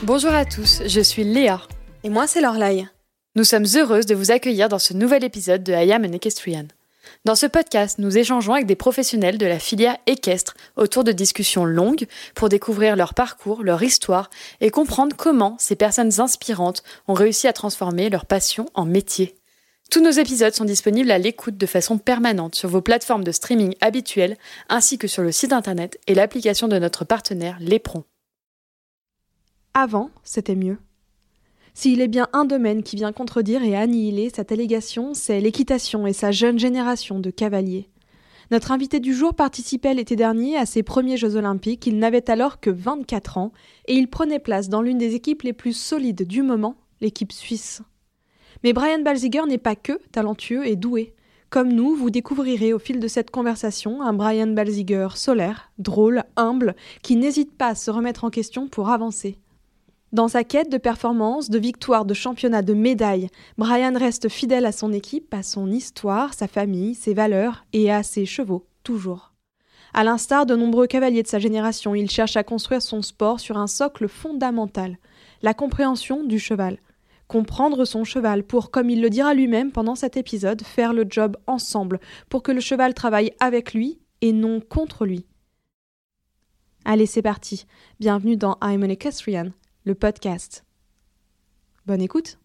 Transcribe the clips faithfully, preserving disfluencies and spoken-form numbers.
Bonjour à tous, je suis Léa. Et moi, c'est Lorlaï. Nous sommes heureuses de vous accueillir dans ce nouvel épisode de I Am an Equestrian. Dans ce podcast, nous échangeons avec des professionnels de la filière équestre autour de discussions longues pour découvrir leur parcours, leur histoire et comprendre comment ces personnes inspirantes ont réussi à transformer leur passion en métier. Tous nos épisodes sont disponibles à l'écoute de façon permanente sur vos plateformes de streaming habituelles ainsi que sur le site internet et l'application de notre partenaire Lépron. Avant, c'était mieux. S'il est bien un domaine qui vient contredire et annihiler cette allégation, c'est l'équitation et sa jeune génération de cavaliers. Notre invité du jour participait l'été dernier à ses premiers Jeux Olympiques. Il n'avait alors que vingt-quatre ans et il prenait place dans l'une des équipes les plus solides du moment, l'équipe suisse. Mais Brian Balziger n'est pas que talentueux et doué. Comme nous, vous découvrirez au fil de cette conversation un Brian Balziger solaire, drôle, humble, qui n'hésite pas à se remettre en question pour avancer. Dans sa quête de performance, de victoire, de championnat, de médailles, Brian reste fidèle à son équipe, à son histoire, sa famille, ses valeurs et à ses chevaux, toujours. À l'instar de nombreux cavaliers de sa génération, il cherche à construire son sport sur un socle fondamental, la compréhension du cheval. Comprendre son cheval pour, comme il le dira lui-même pendant cet épisode, faire le job ensemble pour que le cheval travaille avec lui et non contre lui. Allez, c'est parti. Bienvenue dans I'm an Equestrian, le podcast. Bonne écoute.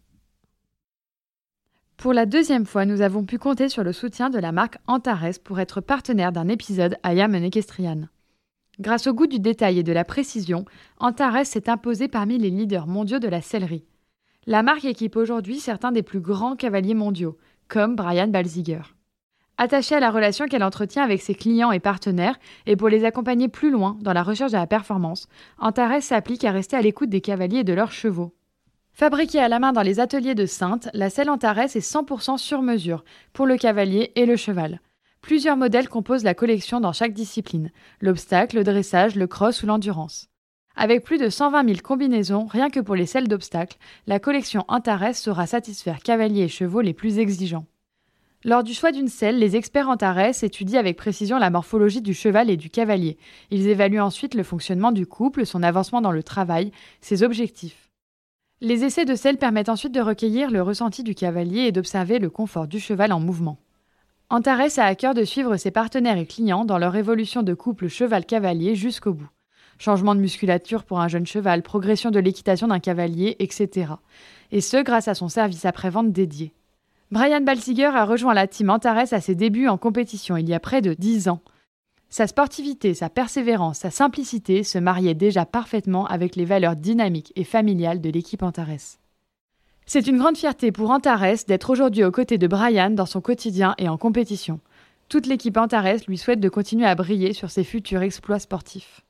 Pour la deuxième fois, nous avons pu compter sur le soutien de la marque Antares pour être partenaire d'un épisode I Am an Equestrian. Grâce au goût du détail et de la précision, Antares s'est imposé parmi les leaders mondiaux de la sellerie. La marque équipe aujourd'hui certains des plus grands cavaliers mondiaux, comme Brian Balziger. Attachée à la relation qu'elle entretient avec ses clients et partenaires, et pour les accompagner plus loin dans la recherche de la performance, Antares s'applique à rester à l'écoute des cavaliers et de leurs chevaux. Fabriquée à la main dans les ateliers de Saintes, la selle Antares est cent pour cent sur mesure pour le cavalier et le cheval. Plusieurs modèles composent la collection dans chaque discipline, l'obstacle, le dressage, le cross ou l'endurance. Avec plus de cent vingt mille combinaisons, rien que pour les selles d'obstacles, la collection Antares saura satisfaire cavaliers et chevaux les plus exigeants. Lors du choix d'une selle, les experts Antares étudient avec précision la morphologie du cheval et du cavalier. Ils évaluent ensuite le fonctionnement du couple, son avancement dans le travail, ses objectifs. Les essais de selle permettent ensuite de recueillir le ressenti du cavalier et d'observer le confort du cheval en mouvement. Antares a à cœur de suivre ses partenaires et clients dans leur évolution de couple cheval-cavalier jusqu'au bout. Changement de musculature pour un jeune cheval, progression de l'équitation d'un cavalier, et cetera. Et ce, grâce à son service après-vente dédié. Brian Balziger a rejoint la team Antares à ses débuts en compétition il y a près de dix ans. Sa sportivité, sa persévérance, sa simplicité se mariaient déjà parfaitement avec les valeurs dynamiques et familiales de l'équipe Antares. C'est une grande fierté pour Antares d'être aujourd'hui aux côtés de Brian dans son quotidien et en compétition. Toute l'équipe Antares lui souhaite de continuer à briller sur ses futurs exploits sportifs.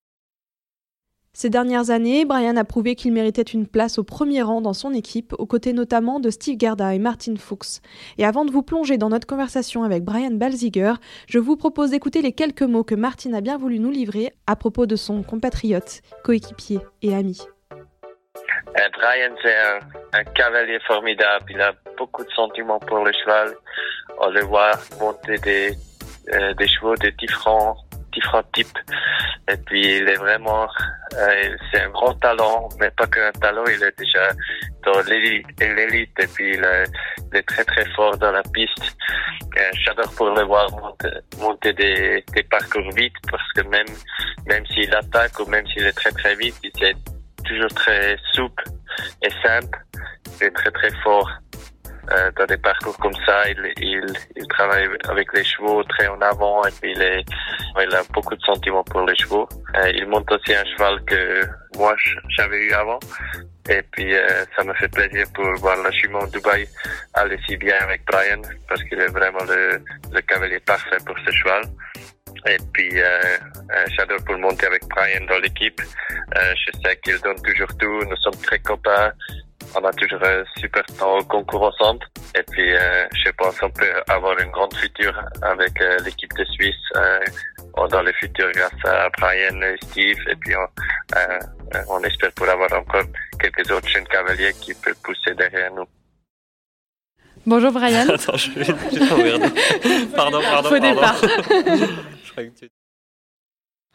Ces dernières années, Brian a prouvé qu'il méritait une place au premier rang dans son équipe, aux côtés notamment de Steve Gerda et Martin Fuchs. Et avant de vous plonger dans notre conversation avec Brian Balziger, je vous propose d'écouter les quelques mots que Martin a bien voulu nous livrer à propos de son compatriote, coéquipier et ami. Euh, Brian, c'est un, un cavalier formidable. Il a beaucoup de sentiments pour le cheval. On le voit monter des, euh, des chevaux de différents différents types. Et puis, il est vraiment, euh, c'est un grand talent, mais pas qu'un talent, il est déjà dans l'élite, l'élite et puis il est, il est très très fort dans la piste. Euh, j'adore pour le voir monter, monter des, des parcours vite parce que même, même s'il attaque ou même s'il est très très vite, il est toujours très souple et simple. Il est très très fort. Euh, dans des parcours comme ça, il, il, il travaille avec les chevaux très en avant et puis il, est, il a beaucoup de sentiments pour les chevaux. Euh, il monte aussi un cheval que moi j'avais eu avant et puis euh, ça me fait plaisir pour voir la jument Dubaï aller si bien avec Brian parce qu'il est vraiment le, le cavalier parfait pour ce cheval. Et puis, euh, euh, j'adore pour monter avec Brian dans l'équipe. Euh, je sais qu'il donne toujours tout. Nous sommes très copains. On a toujours un super temps au concours ensemble. Et puis, euh, je pense qu'on peut avoir une grande future avec euh, l'équipe de Suisse euh, dans le futur grâce à Brian et Steve. Et puis, on, euh, on espère pour avoir encore quelques autres jeunes cavaliers qui peuvent pousser derrière nous. Bonjour Brian. Attends, je vais juste regarder. Pardon, pardon, Faux pardon. départ. Je croyais que tu...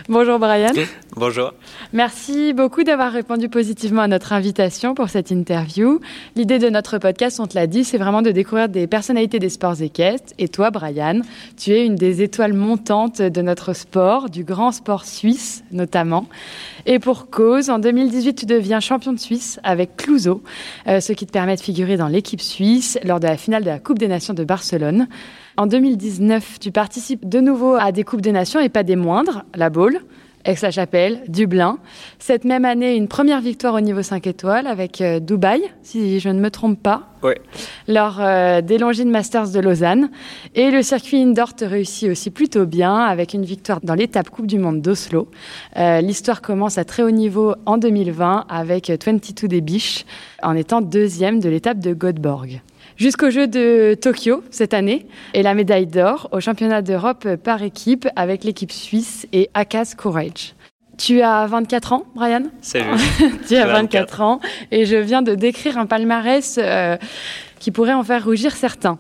Bonjour Brian. Bonjour. Merci beaucoup d'avoir répondu positivement à notre invitation pour cette interview. L'idée de notre podcast, on te l'a dit, c'est vraiment de découvrir des personnalités des sports équestres. Et toi, Brian, tu es une des étoiles montantes de notre sport, du grand sport suisse notamment. Et pour cause, en deux mille dix-huit, tu deviens champion de Suisse avec Clouseau, euh, ce qui te permet de figurer dans l'équipe suisse lors de la finale de la Coupe des Nations de Barcelone. En deux mille dix-neuf, tu participes de nouveau à des Coupes des Nations et pas des moindres, la Baule, Aix-la-Chapelle, Dublin. Cette même année, une première victoire au niveau cinq étoiles avec euh, Dubaï, si je ne me trompe pas, oui. lors euh, des Longines Masters de Lausanne. Et le circuit indoor te réussit aussi plutôt bien avec une victoire dans l'étape Coupe du Monde d'Oslo. Euh, l'histoire commence à très haut niveau en deux mille vingt avec vingt-deux des Biches en étant deuxième de l'étape de Göteborg. Jusqu'aux Jeux de Tokyo cette année et la médaille d'or au championnat d'Europe par équipe avec l'équipe suisse et Akaas Courage. Tu as vingt-quatre ans, Brian ? C'est juste. Tu as vingt-quatre ans et je viens de décrire un palmarès euh, qui pourrait en faire rougir certains.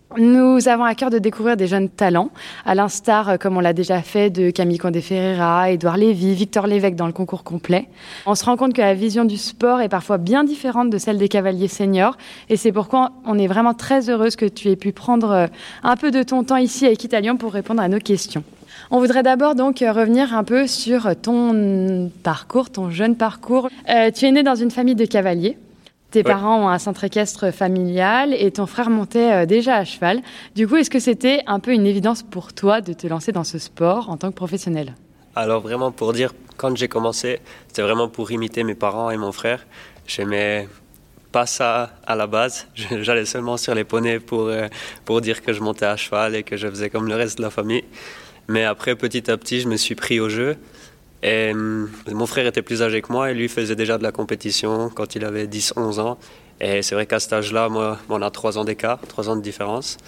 Nous avons à cœur de découvrir des jeunes talents, à l'instar, comme on l'a déjà fait, de Camille Condé-Ferreira, Édouard Lévy, Victor Lévesque dans le concours complet. On se rend compte que la vision du sport est parfois bien différente de celle des cavaliers seniors et c'est pourquoi on est vraiment très heureuse que tu aies pu prendre un peu de ton temps ici à Équitalion pour répondre à nos questions. On voudrait d'abord donc revenir un peu sur ton parcours, ton jeune parcours. Euh, tu es né dans une famille de cavaliers. Tes ouais. parents ont un centre équestre familial et ton frère montait euh, déjà à cheval. Du coup, est-ce que c'était un peu une évidence pour toi de te lancer dans ce sport en tant que professionnel ? Alors vraiment pour dire, quand j'ai commencé, c'était vraiment pour imiter mes parents et mon frère. J'aimais pas ça à la base. J'allais seulement sur les poneys pour, euh, pour dire que je montais à cheval et que je faisais comme le reste de la famille. Mais après, petit à petit, je me suis pris au jeu. Et euh, mon frère était plus âgé que moi et lui faisait déjà de la compétition quand il avait dix onze ans. Et c'est vrai qu'à cet âge-là, moi, on a trois ans d'écart, trois ans de différence.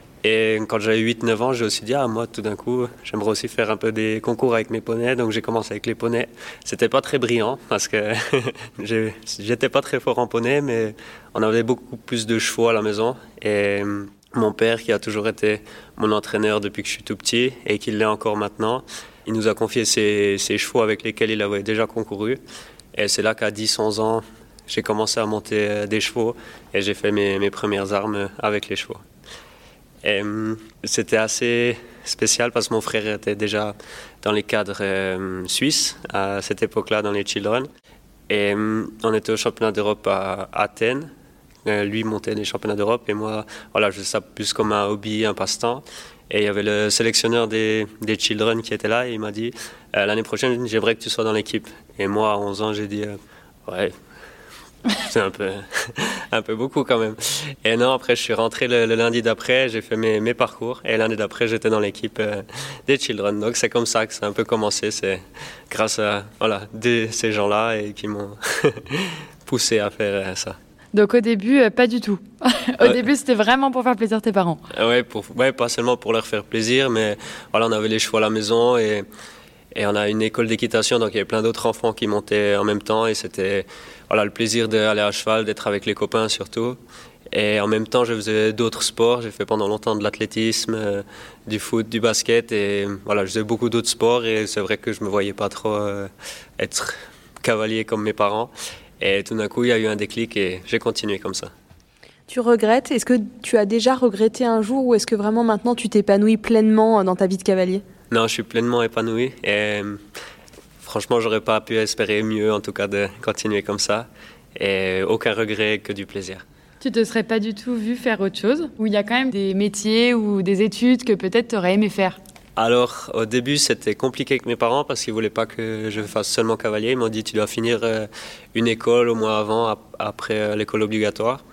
Et quand j'avais huit neuf ans, j'ai aussi dit, ah, moi, tout d'un coup, j'aimerais aussi faire un peu des concours avec mes poneys. Donc j'ai commencé avec les poneys. C'était pas très brillant parce que j'étais pas très fort en poney, mais on avait beaucoup plus de chevaux à la maison. Et euh, mon père, qui a toujours été mon entraîneur depuis que je suis tout petit et qui l'est encore maintenant, il nous a confié ses, ses chevaux avec lesquels il avait déjà concouru. Et c'est là qu'à dix onze ans, j'ai commencé à monter des chevaux et j'ai fait mes, mes premières armes avec les chevaux. Et c'était assez spécial parce que mon frère était déjà dans les cadres euh, suisses à cette époque-là, dans les Children. Et euh, on était au championnat d'Europe à Athènes. Euh, lui montait les championnats d'Europe et moi, voilà, je faisais ça plus comme un hobby, un passe-temps. Et il y avait le sélectionneur des, des Children qui était là et il m'a dit euh, l'année prochaine, j'aimerais que tu sois dans l'équipe. Et moi, à onze ans, j'ai dit euh, ouais, c'est un peu, un peu beaucoup quand même. Et non, après, je suis rentré le, le lundi d'après, j'ai fait mes, mes parcours et l'année d'après, j'étais dans l'équipe euh, des Children. Donc c'est comme ça que ça a un peu commencé. C'est grâce à voilà, des, ces gens-là et qui m'ont poussé à faire euh, ça. Donc au début, euh, pas du tout. Au ouais. début, c'était vraiment pour faire plaisir à tes parents. Ouais, pour, ouais, pas seulement pour leur faire plaisir, mais voilà, on avait les chevaux à la maison et, et on a une école d'équitation, donc il y avait plein d'autres enfants qui montaient en même temps et c'était voilà, le plaisir d'aller à cheval, d'être avec les copains surtout. Et en même temps, je faisais d'autres sports. J'ai fait pendant longtemps de l'athlétisme, euh, du foot, du basket et voilà, je faisais beaucoup d'autres sports et c'est vrai que je me voyais pas trop euh, être cavalier comme mes parents. Et tout d'un coup, il y a eu un déclic et j'ai continué comme ça. Tu regrettes ? Est-ce que tu as déjà regretté un jour ou est-ce que vraiment maintenant tu t'épanouis pleinement dans ta vie de cavalier ? Non, je suis pleinement épanoui et franchement, j'aurais pas pu espérer mieux en tout cas de continuer comme ça et aucun regret, que du plaisir. Tu te serais pas du tout vu faire autre chose ? Ou il y a quand même des métiers ou des études que peut-être tu aurais aimé faire ? Alors, au début, c'était compliqué avec mes parents parce qu'ils ne voulaient pas que je fasse seulement cavalier. Ils m'ont dit, tu dois finir une école au moins avant, après l'école obligatoire.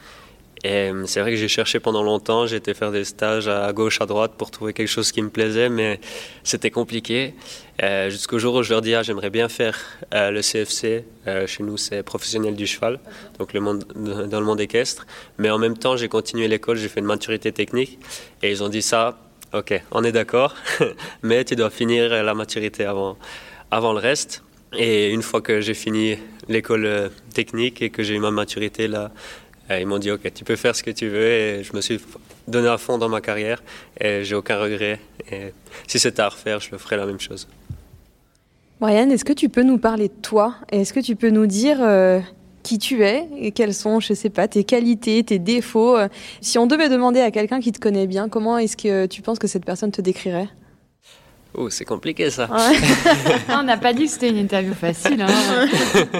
Et c'est vrai que j'ai cherché pendant longtemps, j'ai été faire des stages à gauche, à droite pour trouver quelque chose qui me plaisait, mais c'était compliqué. Euh, jusqu'au jour où je leur dis, ah, j'aimerais bien faire euh, le C F C. Euh, chez nous, c'est professionnel du cheval, donc le monde, dans le monde équestre. Mais en même temps, j'ai continué l'école, j'ai fait une maturité technique. Et ils ont dit ça, ok, on est d'accord, mais tu dois finir la maturité avant, avant le reste. Et une fois que j'ai fini l'école technique et que j'ai eu ma maturité, là, ils m'ont dit, ok, tu peux faire ce que tu veux. Et je me suis donné à fond dans ma carrière et j'ai aucun regret. Et si c'était à refaire, je le ferais la même chose. Brian, est-ce que tu peux nous parler de toi ? Et est-ce que tu peux nous dire euh, qui tu es et quelles sont, je sais pas, tes qualités, tes défauts ? Si on devait demander à quelqu'un qui te connaît bien, comment est-ce que tu penses que cette personne te décrirait ? Oh, c'est compliqué ça. Ouais. On n'a pas dit que c'était une interview facile. Hein.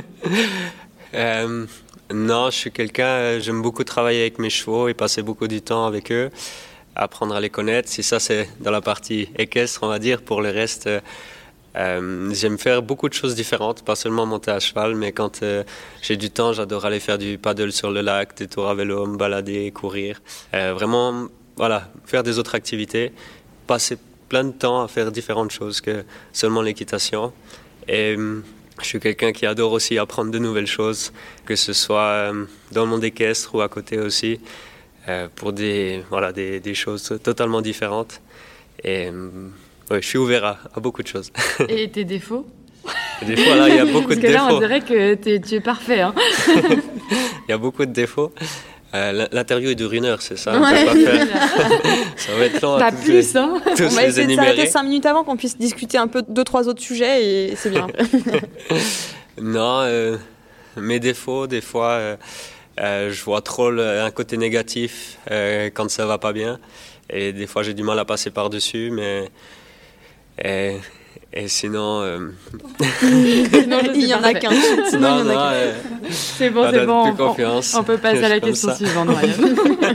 euh, non, je suis quelqu'un, j'aime beaucoup travailler avec mes chevaux et passer beaucoup du temps avec eux, apprendre à les connaître. Si ça c'est dans la partie équestre, on va dire, pour le reste, euh, j'aime faire beaucoup de choses différentes, pas seulement monter à cheval, mais quand euh, j'ai du temps, j'adore aller faire du paddle sur le lac, des tours à vélo, me balader, courir. Euh, vraiment, voilà, faire des autres activités, passer plein de temps à faire différentes choses que seulement l'équitation. Et euh, je suis quelqu'un qui adore aussi apprendre de nouvelles choses, que ce soit euh, dans le monde équestre ou à côté aussi, euh, pour des, voilà, des, des choses totalement différentes. Et euh, ouais, je suis ouvert à, à beaucoup de choses. Et tes défauts ? Des fois, là, il y a beaucoup Parce de que là, défauts. on dirait que t'es, tu es parfait. Hein. Il y a beaucoup de défauts. Euh, l'interview dure une heure, c'est ça ? Ouais. On peut pas faire. Ça va être long Pas à tous plus, les, hein. tous On va les essayer de énumérer. s'arrêter cinq minutes avant qu'on puisse discuter un peu deux, trois autres sujets et c'est bien. Non, euh, mes défauts, des fois, euh, euh, je vois trop le, un côté négatif euh, quand ça va pas bien. Et des fois, j'ai du mal à passer par-dessus, mais... Et, et sinon... Euh... Sinon, je Il sais y en pas. a qu'un. Sinon, non, il y en a non, qu'un. euh, C'est bon, on c'est donne bon. plus On, confiance. on peut passer à la Comme question ça. suivante, Ryan.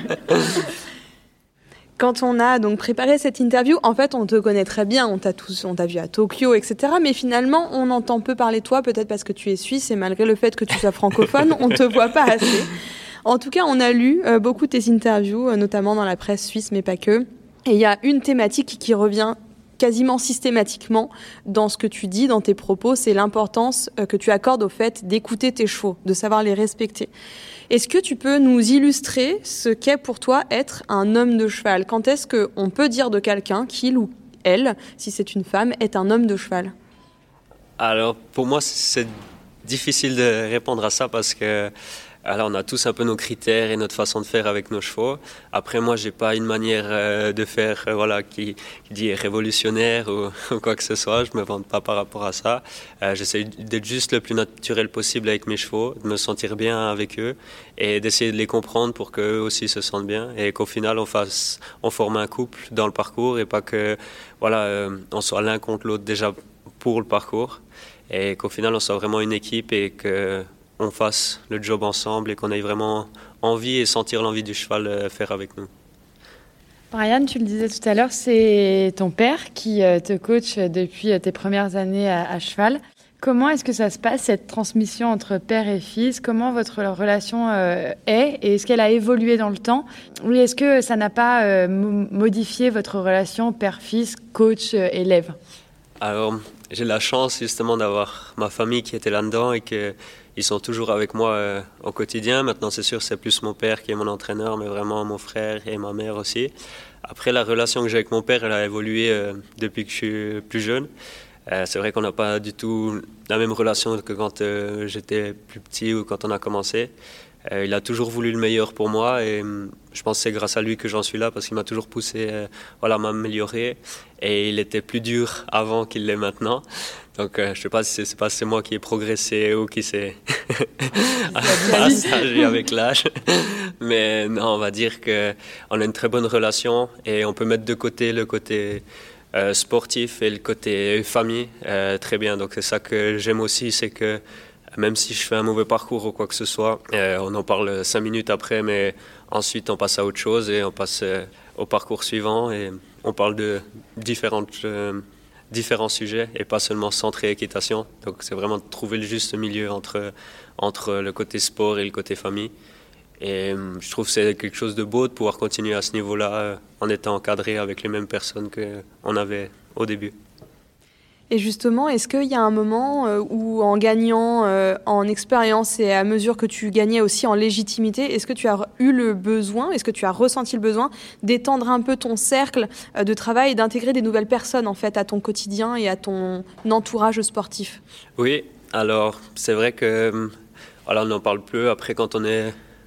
Quand on a donc préparé cette interview, en fait, on te connaît très bien, on t'a tous, on t'a vu à Tokyo, et cetera. Mais finalement, on entend peu parler de toi, peut-être parce que tu es suisse et malgré le fait que tu sois francophone, on te voit pas assez. En tout cas, on a lu euh, beaucoup tes interviews, euh, notamment dans la presse suisse, mais pas que. Et il y a une thématique qui revient quasiment systématiquement dans ce que tu dis, dans tes propos, c'est l'importance euh, que tu accordes au fait d'écouter tes chevaux, de savoir les respecter. Est-ce que tu peux nous illustrer ce qu'est pour toi être un homme de cheval ? Quand est-ce qu'on peut dire de quelqu'un qu'il ou elle, si c'est une femme, est un homme de cheval ? Alors, pour moi, c'est difficile de répondre à ça parce que alors, on a tous un peu nos critères et notre façon de faire avec nos chevaux. Après, moi, j'ai pas une manière euh, de faire euh, voilà, qui, qui dit révolutionnaire ou, ou quoi que ce soit. Je me vante pas par rapport à ça. Euh, j'essaie d'être juste le plus naturel possible avec mes chevaux, de me sentir bien avec eux et d'essayer de les comprendre pour qu'eux aussi se sentent bien et qu'au final, on, fasse, on forme un couple dans le parcours et pas que voilà, euh, on soit l'un contre l'autre déjà pour le parcours et qu'au final, on soit vraiment une équipe et que on fasse le job ensemble et qu'on ait vraiment envie et sentir l'envie du cheval faire avec nous. Brian, tu le disais tout à l'heure, c'est ton père qui te coach depuis tes premières années à, à cheval. Comment est-ce que ça se passe, cette transmission entre père et fils ? Comment votre relation euh, est ? Et est-ce qu'elle a évolué dans le temps ? Ou est-ce que ça n'a pas euh, modifié votre relation père-fils, coach-élève ? Alors, j'ai la chance justement d'avoir ma famille qui était là-dedans et que ils sont toujours avec moi euh, au quotidien. Maintenant, c'est sûr, c'est plus mon père qui est mon entraîneur, mais vraiment mon frère et ma mère aussi. Après, la relation que j'ai avec mon père, elle a évolué euh, depuis que je suis plus jeune. Euh, c'est vrai qu'on n'a pas du tout la même relation que quand euh, j'étais plus petit ou quand on a commencé. Euh, il a toujours voulu le meilleur pour moi et euh, je pense que c'est grâce à lui que j'en suis là parce qu'il m'a toujours poussé euh, voilà, à m'améliorer et il était plus dur avant qu'il l'est maintenant. Donc euh, je ne sais pas si c'est, c'est pas c'est moi qui ai progressé ou qui s'est assagi avec l'âge. Mais non, on va dire qu'on a une très bonne relation et on peut mettre de côté le côté euh, sportif et le côté famille euh, très bien. Donc c'est ça que j'aime aussi, c'est que même si je fais un mauvais parcours ou quoi que ce soit, euh, on en parle cinq minutes après, mais ensuite on passe à autre chose et on passe euh, au parcours suivant et on parle de différentes, euh, différents sujets et pas seulement centré équitation. Donc c'est vraiment de trouver le juste milieu entre, entre le côté sport et le côté famille. Et euh, je trouve que c'est quelque chose de beau de pouvoir continuer à ce niveau-là euh, en étant encadré avec les mêmes personnes qu'on avait au début. Et justement, est-ce qu'il y a un moment euh, où, en gagnant euh, en expérience et à mesure que tu gagnais aussi en légitimité, est-ce que tu as eu le besoin, est-ce que tu as ressenti le besoin d'étendre un peu ton cercle euh, de travail et d'intégrer des nouvelles personnes en fait à ton quotidien et à ton entourage sportif ? Oui, alors c'est vrai que voilà, on n'en parle plus. Après, quand on est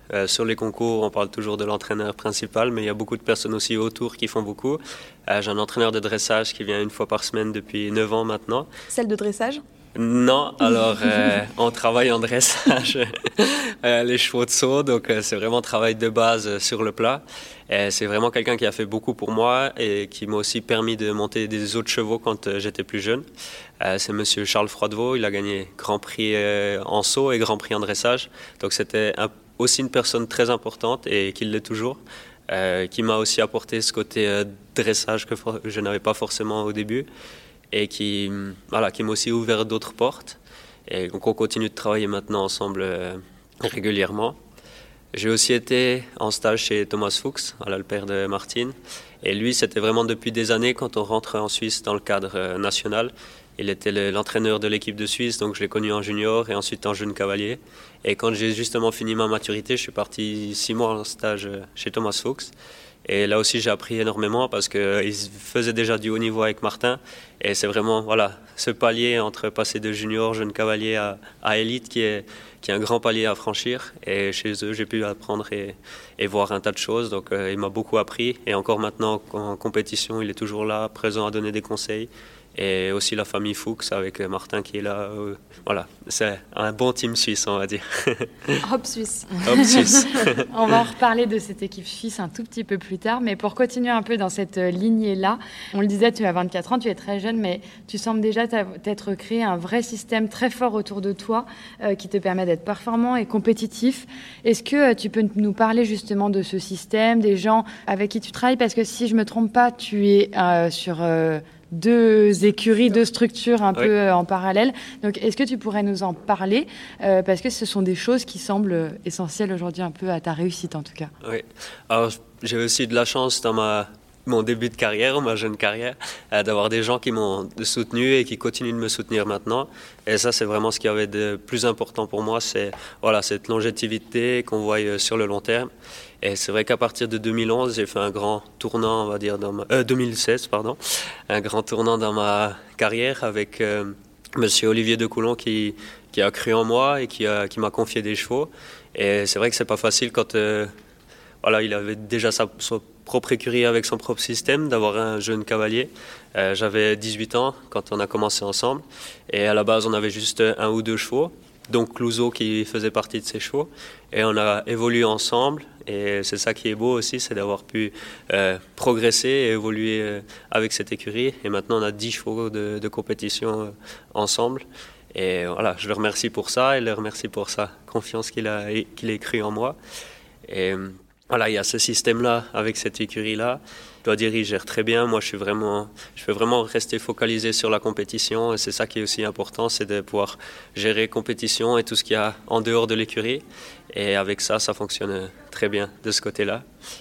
Euh, sur les concours, on parle toujours de l'entraîneur principal, mais il y a beaucoup de personnes aussi autour qui font beaucoup. Euh, j'ai un entraîneur de dressage qui vient une fois par semaine depuis neuf ans maintenant. Celle de dressage ? Non, alors euh, on travaille en dressage euh, les chevaux de saut, donc euh, c'est vraiment travail de base euh, sur le plat. Et c'est vraiment quelqu'un qui a fait beaucoup pour moi et qui m'a aussi permis de monter des autres chevaux quand euh, j'étais plus jeune. Euh, c'est monsieur Charles Froidevaux, il a gagné Grand Prix euh, en saut et Grand Prix en dressage. Donc c'était un, aussi une personne très importante et qui l'est toujours, euh, qui m'a aussi apporté ce côté euh, dressage que for- je n'avais pas forcément au début. Et qui, voilà, qui m'a aussi ouvert d'autres portes. Et donc on continue de travailler maintenant ensemble euh, régulièrement. J'ai aussi été en stage chez Thomas Fuchs, voilà, le père de Martine. Et lui, c'était vraiment depuis des années, quand on rentre en Suisse dans le cadre euh, national. Il était le, l'entraîneur de l'équipe de Suisse, donc je l'ai connu en junior et ensuite en jeune cavalier. Et quand j'ai justement fini ma maturité, je suis parti six mois en stage chez Thomas Fuchs. Et là aussi, j'ai appris énormément parce qu'il faisait déjà du haut niveau avec Martin. Et c'est vraiment voilà, ce palier entre passer de junior, jeune cavalier à, à élite qui est, qui est un grand palier à franchir. Et chez eux, j'ai pu apprendre et, et voir un tas de choses. Donc euh, il m'a beaucoup appris. Et encore maintenant, en compétition, il est toujours là, présent à donner des conseils. Et aussi la famille Fuchs avec Martin qui est là. Euh, voilà, c'est un bon team suisse, on va dire. Hop Suisse. Hop Suisse. On va en reparler de cette équipe suisse un tout petit peu plus tard, mais pour continuer un peu dans cette lignée-là, on le disait, tu as vingt-quatre ans, tu es très jeune, mais tu sembles déjà t'être créé un vrai système très fort autour de toi euh, qui te permet d'être performant et compétitif. Est-ce que euh, tu peux nous parler justement de ce système, des gens avec qui tu travailles ? Parce que si je ne me trompe pas, tu es euh, sur... Euh, deux écuries, deux structures un oui. peu euh, en parallèle. Donc, est-ce que tu pourrais nous en parler euh, parce que ce sont des choses qui semblent essentielles aujourd'hui un peu à ta réussite en tout cas. Oui. Alors, j'ai aussi de la chance dans ma, mon début de carrière, ma jeune carrière, euh, d'avoir des gens qui m'ont soutenu et qui continuent de me soutenir maintenant. Et ça, c'est vraiment ce qui avait de plus important pour moi, c'est voilà, cette longévité qu'on voit sur le long terme. Et c'est vrai qu'à partir de deux mille onze, j'ai fait un grand tournant, on va dire, dans ma, euh, deux mille seize, pardon, un grand tournant dans ma carrière avec euh, monsieur Olivier Decoulon qui, qui a cru en moi et qui, a, qui m'a confié des chevaux. Et c'est vrai que c'est pas facile quand euh, voilà, il avait déjà sa, sa propre écurie avec son propre système, d'avoir un jeune cavalier. Euh, j'avais dix-huit ans quand on a commencé ensemble. Et à la base, on avait juste un ou deux chevaux, donc Clouseau qui faisait partie de ces chevaux. Et on a évolué ensemble. Et c'est ça qui est beau aussi, c'est d'avoir pu euh, progresser et évoluer euh, avec cette écurie. Et maintenant, on a dix chevaux de, de compétition euh, ensemble. Et voilà, je le remercie pour ça et le remercie pour sa confiance qu'il a, qu'il ait cru en moi. Et voilà, il y a ce système-là avec cette écurie-là. Je dois dire, il gère très bien. Moi, je suis vraiment, je peux vraiment rester focalisé sur la compétition. Et c'est ça qui est aussi important, c'est de pouvoir gérer compétition et tout ce qu'il y a en dehors de l'écurie. Et avec ça, ça fonctionne très bien de ce côté-là.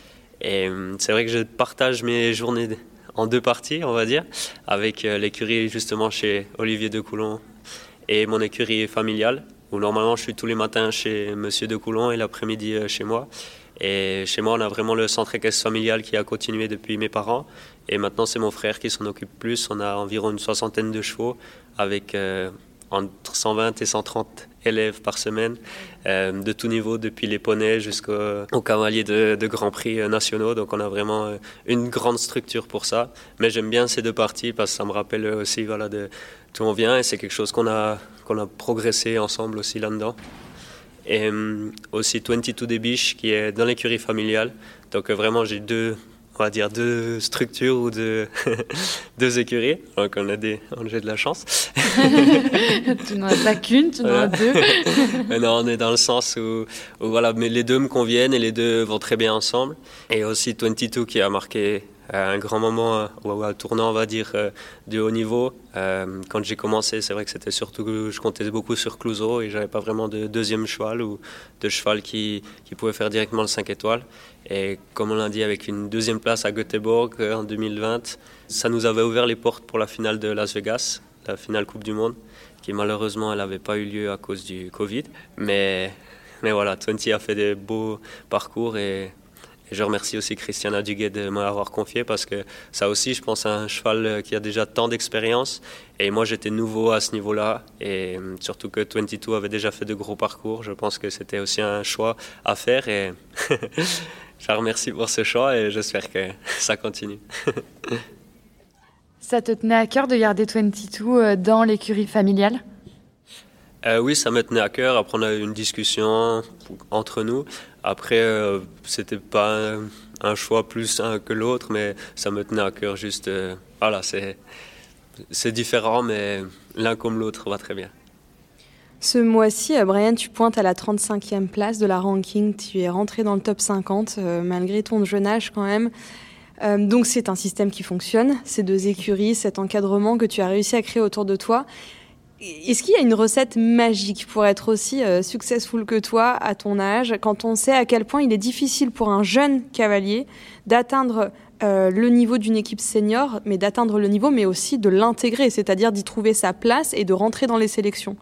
Et c'est vrai que je partage mes journées en deux parties, on va dire, avec l'écurie justement chez Olivier Decoulon et mon écurie familiale, où normalement je suis tous les matins chez Monsieur Decoulon et l'après-midi chez moi. Et chez moi, on a vraiment le centre équestre familial qui a continué depuis mes parents. Et maintenant, c'est mon frère qui s'en occupe plus. On a environ une soixantaine de chevaux avec euh, entre cent vingt et cent trente élèves par semaine, euh, de tout niveau, depuis les poneys jusqu'aux cavaliers de, de Grand Prix nationaux. Donc on a vraiment une grande structure pour ça. Mais j'aime bien ces deux parties parce que ça me rappelle aussi voilà, de d'où on vient. Et c'est quelque chose qu'on a, qu'on a progressé ensemble aussi là-dedans. Et euh, aussi vingt-deux des Biches qui est dans l'écurie familiale. Donc euh, vraiment j'ai deux, on va dire deux structures ou deux, deux écuries. Donc on a des, on a de la chance. Tu n'en as pas qu'une, tu en as deux. Mais non, on est dans le sens où, où voilà, mais les deux me conviennent et les deux vont très bien ensemble. Et aussi vingt-deux qui a marqué un grand moment, ou un tournant, on va dire, de haut niveau. Euh, quand j'ai commencé, c'est vrai que c'était surtout que je comptais beaucoup sur Clouseau et j'avais pas vraiment de deuxième cheval ou de cheval qui, qui pouvait faire directement le cinq étoiles. Et comme on l'a dit, avec une deuxième place à Göteborg en deux mille vingt, ça nous avait ouvert les portes pour la finale de Las Vegas, la finale Coupe du Monde, qui malheureusement, elle n'avait pas eu lieu à cause du Covid. Mais, mais voilà, vingt a fait des beaux parcours et Et je remercie aussi Christiana Duguay de m'avoir confié parce que ça aussi, je pense, c'est un cheval qui a déjà tant d'expérience. Et moi, j'étais nouveau à ce niveau-là. Et surtout que vingt-deux avait déjà fait de gros parcours. Je pense que c'était aussi un choix à faire. Et je la remercie pour ce choix et j'espère que ça continue. Ça te tenait à cœur de garder vingt-deux dans l'écurie familiale ? Euh, oui, ça me tenait à cœur. Après, on a eu une discussion entre nous. Après, euh, c'était pas un, un choix plus un que l'autre, mais ça me tenait à cœur. Juste, euh, voilà, c'est, c'est différent, mais l'un comme l'autre va très bien. Ce mois-ci, Brian, tu pointes à la trente-cinquième place de la ranking. Tu es rentré dans le top cinquante, euh, malgré ton jeune âge quand même. Euh, donc, c'est un système qui fonctionne. Ces deux écuries, cet encadrement que tu as réussi à créer autour de toi. Est-ce qu'il y a une recette magique pour être aussi euh, successful que toi à ton âge, quand on sait à quel point il est difficile pour un jeune cavalier d'atteindre euh, le niveau d'une équipe senior, mais d'atteindre le niveau, mais aussi de l'intégrer, c'est-à-dire d'y trouver sa place et de rentrer dans les sélections?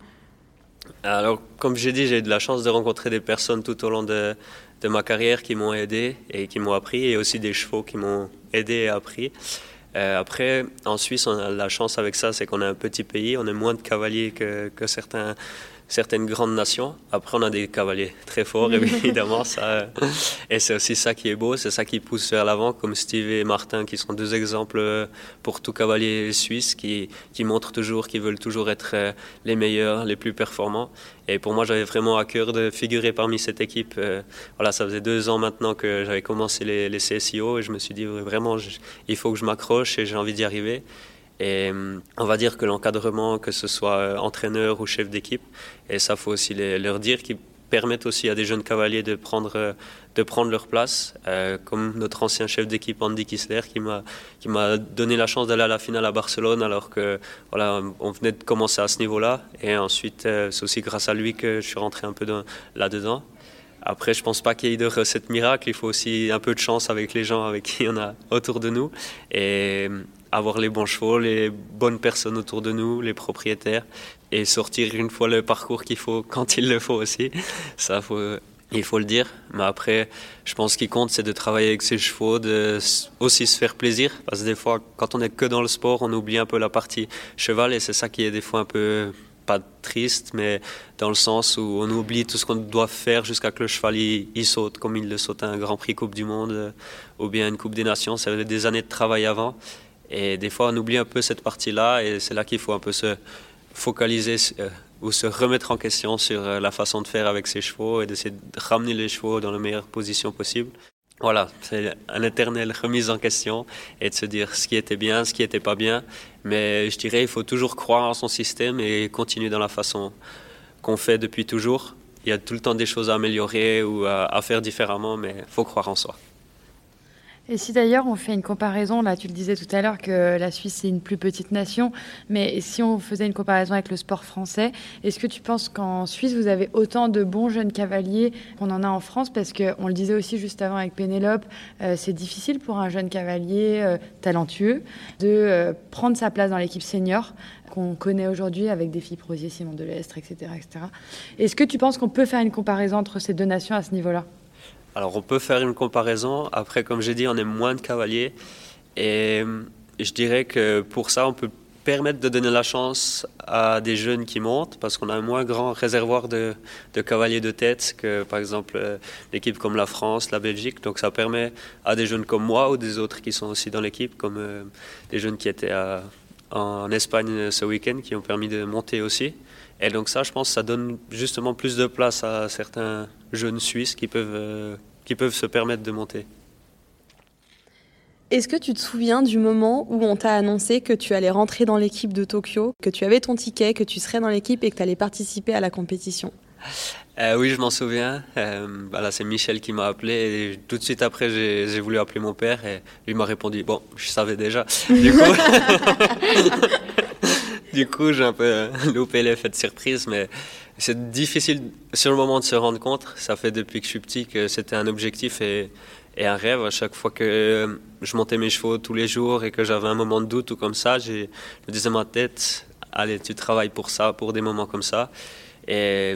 Alors, comme j'ai dit, j'ai eu de la chance de rencontrer des personnes tout au long de, de ma carrière qui m'ont aidé et qui m'ont appris, et aussi des chevaux qui m'ont aidé et appris. Euh, après, en Suisse, on a la chance avec ça, c'est qu'on est un petit pays, on a moins de cavaliers que, que certains, certaines grandes nations. Après, on a des cavaliers très forts, évidemment, ça, et c'est aussi ça qui est beau, c'est ça qui pousse vers l'avant, comme Steve et Martin, qui sont deux exemples pour tout cavalier suisse, qui, qui montrent toujours, qui veulent toujours être les meilleurs, les plus performants. Et pour moi, j'avais vraiment à cœur de figurer parmi cette équipe. Euh, voilà, ça faisait deux ans maintenant que j'avais commencé les, les C S I O et je me suis dit vraiment, je, il faut que je m'accroche et j'ai envie d'y arriver. Et euh, on va dire que l'encadrement, que ce soit entraîneur ou chef d'équipe, et ça, faut aussi les, leur dire, qu'ils permettent aussi à des jeunes cavaliers de prendre, de prendre leur place, euh, comme notre ancien chef d'équipe Andy Kissler qui m'a, qui m'a donné la chance d'aller à la finale à Barcelone alors que voilà, on venait de commencer à ce niveau-là, et ensuite euh, c'est aussi grâce à lui que je suis rentré un peu dans, là-dedans. Après, je ne pense pas qu'il y ait de recette miracle, il faut aussi un peu de chance avec les gens avec qui on a autour de nous, et avoir les bons chevaux, les bonnes personnes autour de nous, les propriétaires, et sortir une fois le parcours qu'il faut quand il le faut aussi. Ça, faut, il faut le dire. Mais après, je pense qu'il compte, c'est de travailler avec ses chevaux, de aussi se faire plaisir. Parce que des fois, quand on n'est que dans le sport, on oublie un peu la partie cheval, et c'est ça qui est des fois un peu, pas triste, mais dans le sens où on oublie tout ce qu'on doit faire jusqu'à que le cheval il, il saute, comme il le saute à un Grand Prix Coupe du Monde ou bien une Coupe des Nations. Ça fait des années de travail avant. Et des fois, on oublie un peu cette partie-là, et c'est là qu'il faut un peu se focaliser euh, ou se remettre en question sur euh, la façon de faire avec ses chevaux et d'essayer de ramener les chevaux dans la meilleure position possible. Voilà, c'est une éternelle remise en question et de se dire ce qui était bien, ce qui n'était pas bien. Mais je dirais, il faut toujours croire en son système et continuer dans la façon qu'on fait depuis toujours. Il y a tout le temps des choses à améliorer ou à, à faire différemment, mais il faut croire en soi. Et si d'ailleurs on fait une comparaison, là tu le disais tout à l'heure que la Suisse c'est une plus petite nation, mais si on faisait une comparaison avec le sport français, est-ce que tu penses qu'en Suisse vous avez autant de bons jeunes cavaliers qu'on en a en France? Parce qu'on le disait aussi juste avant avec Pénélope, euh, c'est difficile pour un jeune cavalier euh, talentueux de euh, prendre sa place dans l'équipe senior qu'on connaît aujourd'hui avec des filles Prosier, Simon Delestre, et cetera, et cetera. Est-ce que tu penses qu'on peut faire une comparaison entre ces deux nations à ce niveau-là? Alors, on peut faire une comparaison. Après, comme j'ai dit, on est moins de cavaliers. Et je dirais que pour ça, on peut permettre de donner la chance à des jeunes qui montent, parce qu'on a un moins grand réservoir de, de cavaliers de tête que, par exemple, l'équipe comme la France, la Belgique. Donc, ça permet à des jeunes comme moi ou des autres qui sont aussi dans l'équipe, comme euh, des jeunes qui étaient à, en Espagne ce week-end, qui ont permis de monter aussi. Et donc ça, je pense, ça donne justement plus de place à certains jeunes Suisses qui peuvent, euh, qui peuvent se permettre de monter. Est-ce que tu te souviens du moment où on t'a annoncé que tu allais rentrer dans l'équipe de Tokyo, que tu avais ton ticket, que tu serais dans l'équipe et que tu allais participer à la compétition? Euh, oui, je m'en souviens. Euh, bah là, c'est Michel qui m'a appelé. Et tout de suite après, j'ai, j'ai voulu appeler mon père et lui m'a répondu. Bon, je savais déjà. Du coup, du coup j'ai un peu loupé l'effet de surprise, mais c'est difficile sur le moment de se rendre compte. Ça fait depuis que je suis petit que c'était un objectif et, et un rêve. À chaque fois que je montais mes chevaux tous les jours et que j'avais un moment de doute ou comme ça, j'ai, je me disais dans ma tête, allez, tu travailles pour ça, pour des moments comme ça. Et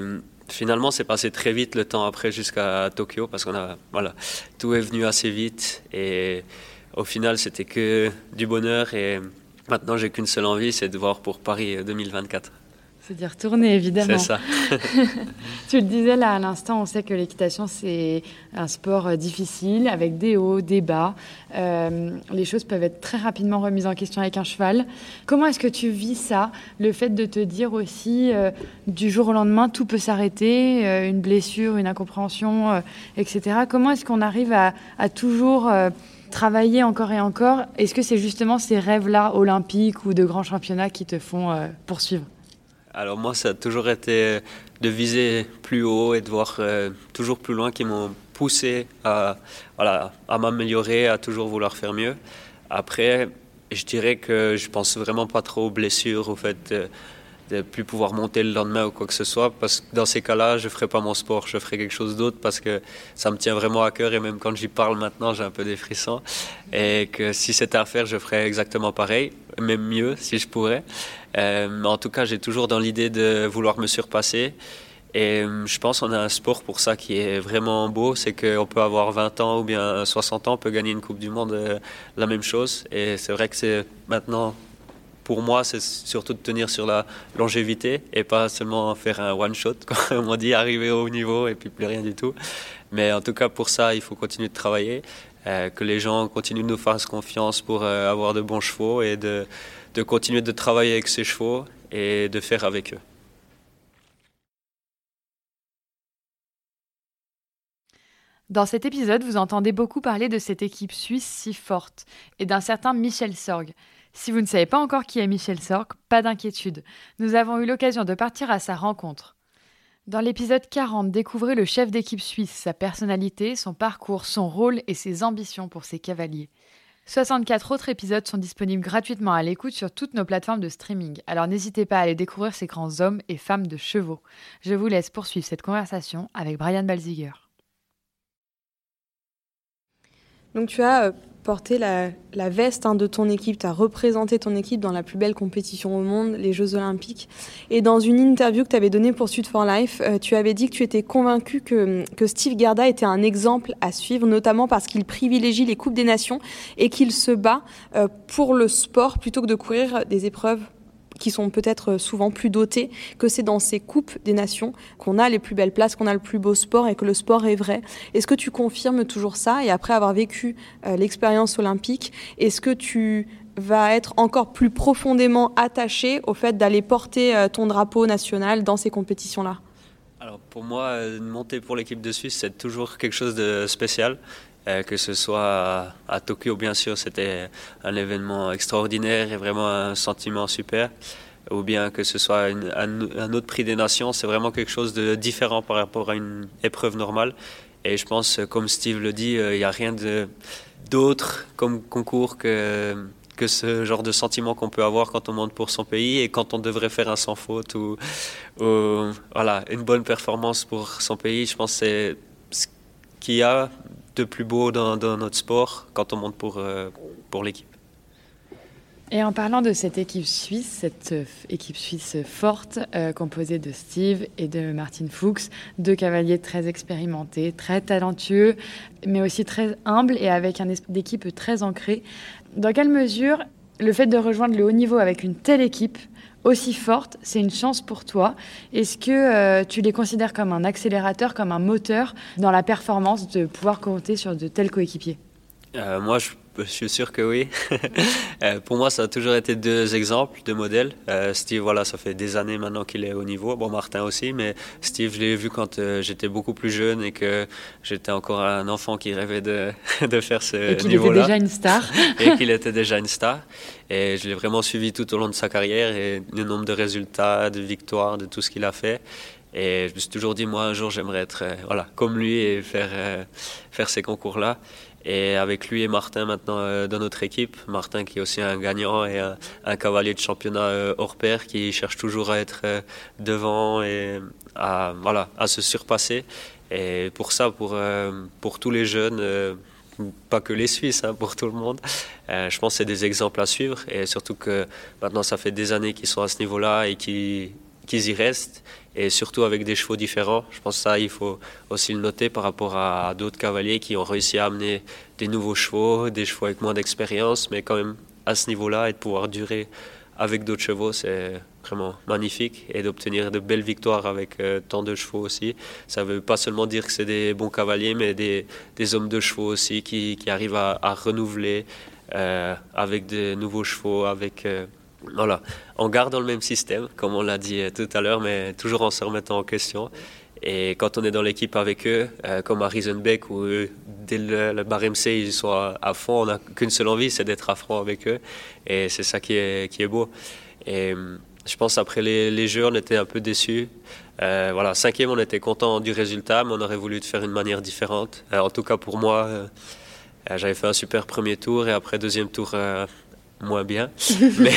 finalement, c'est passé très vite le temps après jusqu'à Tokyo parce qu'on a, voilà, tout est venu assez vite et au final, c'était que du bonheur et maintenant, j'ai qu'une seule envie, c'est de voir pour Paris deux mille vingt-quatre. C'est d'y retourner, évidemment. C'est ça. Tu le disais là à l'instant, on sait que l'équitation, c'est un sport difficile, avec des hauts, des bas. Euh, les choses peuvent être très rapidement remises en question avec un cheval. Comment est-ce que tu vis ça, le fait de te dire aussi, euh, du jour au lendemain, tout peut s'arrêter, euh, une blessure, une incompréhension, euh, et cetera. Comment est-ce qu'on arrive à, à toujours euh, travailler encore et encore? Est-ce que c'est justement ces rêves-là, olympiques ou de grands championnats, qui te font euh, poursuivre? Alors moi, ça a toujours été de viser plus haut et de voir euh, toujours plus loin qui m'ont poussé à, voilà, à m'améliorer, à toujours vouloir faire mieux. Après, je dirais que je pense vraiment pas trop aux blessures, au fait de ne plus pouvoir monter le lendemain ou quoi que ce soit, parce que dans ces cas-là, je ne ferai pas mon sport, je ferai quelque chose d'autre parce que ça me tient vraiment à cœur et même quand j'y parle maintenant, j'ai un peu des frissons. Et que si c'était à faire, je ferais exactement pareil, même mieux si je pourrais. Euh, en tout cas, j'ai toujours dans l'idée de vouloir me surpasser. Et je pense qu'on a un sport pour ça qui est vraiment beau, c'est qu'on peut avoir vingt ans ou bien soixante ans, on peut gagner une Coupe du Monde, euh, la même chose. Et c'est vrai que c'est maintenant, pour moi, c'est surtout de tenir sur la longévité et pas seulement faire un one-shot, comme on dit, arriver au haut niveau et puis plus rien du tout. Mais en tout cas, pour ça, il faut continuer de travailler, euh, que les gens continuent de nous faire confiance pour euh, avoir de bons chevaux et de, de continuer de travailler avec ces chevaux et de faire avec eux. Dans cet épisode, vous entendez beaucoup parler de cette équipe suisse si forte et d'un certain Michel Sorg. Si vous ne savez pas encore qui est Michel Sorg, pas d'inquiétude. Nous avons eu l'occasion de partir à sa rencontre. Dans l'épisode quarante, découvrez le chef d'équipe suisse, sa personnalité, son parcours, son rôle et ses ambitions pour ses cavaliers. soixante-quatre autres épisodes sont disponibles gratuitement à l'écoute sur toutes nos plateformes de streaming. Alors n'hésitez pas à aller découvrir ces grands hommes et femmes de chevaux. Je vous laisse poursuivre cette conversation avec Brian Balziger. Donc tu as euh, porté la, la veste hein, de ton équipe, tu as représenté ton équipe dans la plus belle compétition au monde, les Jeux Olympiques. Et dans une interview que tu avais donnée pour Sud for Life, euh, tu avais dit que tu étais convaincu que, que Steve Gerda était un exemple à suivre, notamment parce qu'il privilégie les Coupes des Nations et qu'il se bat euh, pour le sport plutôt que de courir des épreuves qui sont peut-être souvent plus dotés, que c'est dans ces coupes des nations qu'on a les plus belles places, qu'on a le plus beau sport et que le sport est vrai. Est-ce que tu confirmes toujours ça? Et après avoir vécu euh, l'expérience olympique, est-ce que tu vas être encore plus profondément attaché au fait d'aller porter euh, ton drapeau national dans ces compétitions-là? Alors pour moi, monter pour l'équipe de Suisse, c'est toujours quelque chose de spécial. Euh, que ce soit à, à Tokyo, bien sûr, c'était un événement extraordinaire et vraiment un sentiment super. Ou bien que ce soit une, un, un autre prix des nations, c'est vraiment quelque chose de différent par rapport à une épreuve normale. Et je pense, comme Steve le dit, il euh, n'y a rien de, d'autre comme concours que, que ce genre de sentiment qu'on peut avoir quand on monte pour son pays et quand on devrait faire un sans faute ou, ou voilà, une bonne performance pour son pays. Je pense que c'est ce qu'il y a de plus beau dans, dans notre sport quand on monte pour, euh, pour l'équipe. Et en parlant de cette équipe suisse, cette euh, équipe suisse forte, euh, composée de Steve et de Martin Fuchs, deux cavaliers très expérimentés, très talentueux, mais aussi très humbles et avec un esprit d'équipe très ancré. Dans quelle mesure le fait de rejoindre le haut niveau avec une telle équipe aussi forte, c'est une chance pour toi? Est-ce que euh, tu les considères comme un accélérateur, comme un moteur dans la performance de pouvoir compter sur de tels coéquipiers? euh, Moi, je, je suis sûr que oui. euh, pour moi, ça a toujours été deux exemples, deux modèles. Euh, Steve, voilà, ça fait des années maintenant qu'il est au niveau. Bon, Martin aussi, mais Steve, je l'ai vu quand euh, j'étais beaucoup plus jeune et que j'étais encore un enfant qui rêvait de, de faire ce niveau-là. Et qu'il était déjà une star. Et qu'il était déjà une star. Et je l'ai vraiment suivi tout au long de sa carrière et le nombre de résultats, de victoires, de tout ce qu'il a fait. Et je me suis toujours dit, moi, un jour, j'aimerais être euh, voilà, comme lui et faire, euh, faire ces concours-là. Et avec lui et Martin maintenant euh, dans notre équipe, Martin qui est aussi un gagnant et un, un cavalier de championnat euh, hors pair qui cherche toujours à être euh, devant et à, voilà, à se surpasser. Et pour ça, pour, euh, pour tous les jeunes, euh, pas que les Suisses, hein, pour tout le monde, euh, je pense que c'est des exemples à suivre. Et surtout que maintenant, ça fait des années qu'ils sont à ce niveau-là et qu'ils qu'ils y restent, et surtout avec des chevaux différents. Je pense que ça, il faut aussi le noter par rapport à, à d'autres cavaliers qui ont réussi à amener des nouveaux chevaux, des chevaux avec moins d'expérience, mais quand même à ce niveau-là, et de pouvoir durer avec d'autres chevaux, c'est vraiment magnifique. Et d'obtenir de belles victoires avec euh, tant de chevaux aussi. Ça ne veut pas seulement dire que c'est des bons cavaliers, mais des, des hommes de chevaux aussi qui, qui arrivent à, à renouveler euh, avec de nouveaux chevaux, avec... Euh, Voilà, on garde dans le même système, comme on l'a dit tout à l'heure, mais toujours en se remettant en question. Et quand on est dans l'équipe avec eux, euh, comme à Riesenbeck, où eux, dès le, le barème C, ils sont à, à fond, on n'a qu'une seule envie, c'est d'être à fond avec eux. Et c'est ça qui est, qui est beau. Et je pense après les, les jeux, on était un peu déçus. Euh, voilà, cinquième, on était content du résultat, mais on aurait voulu le faire d'une manière différente. Euh, en tout cas, pour moi, euh, j'avais fait un super premier tour, et après deuxième tour... Euh, moins bien, mais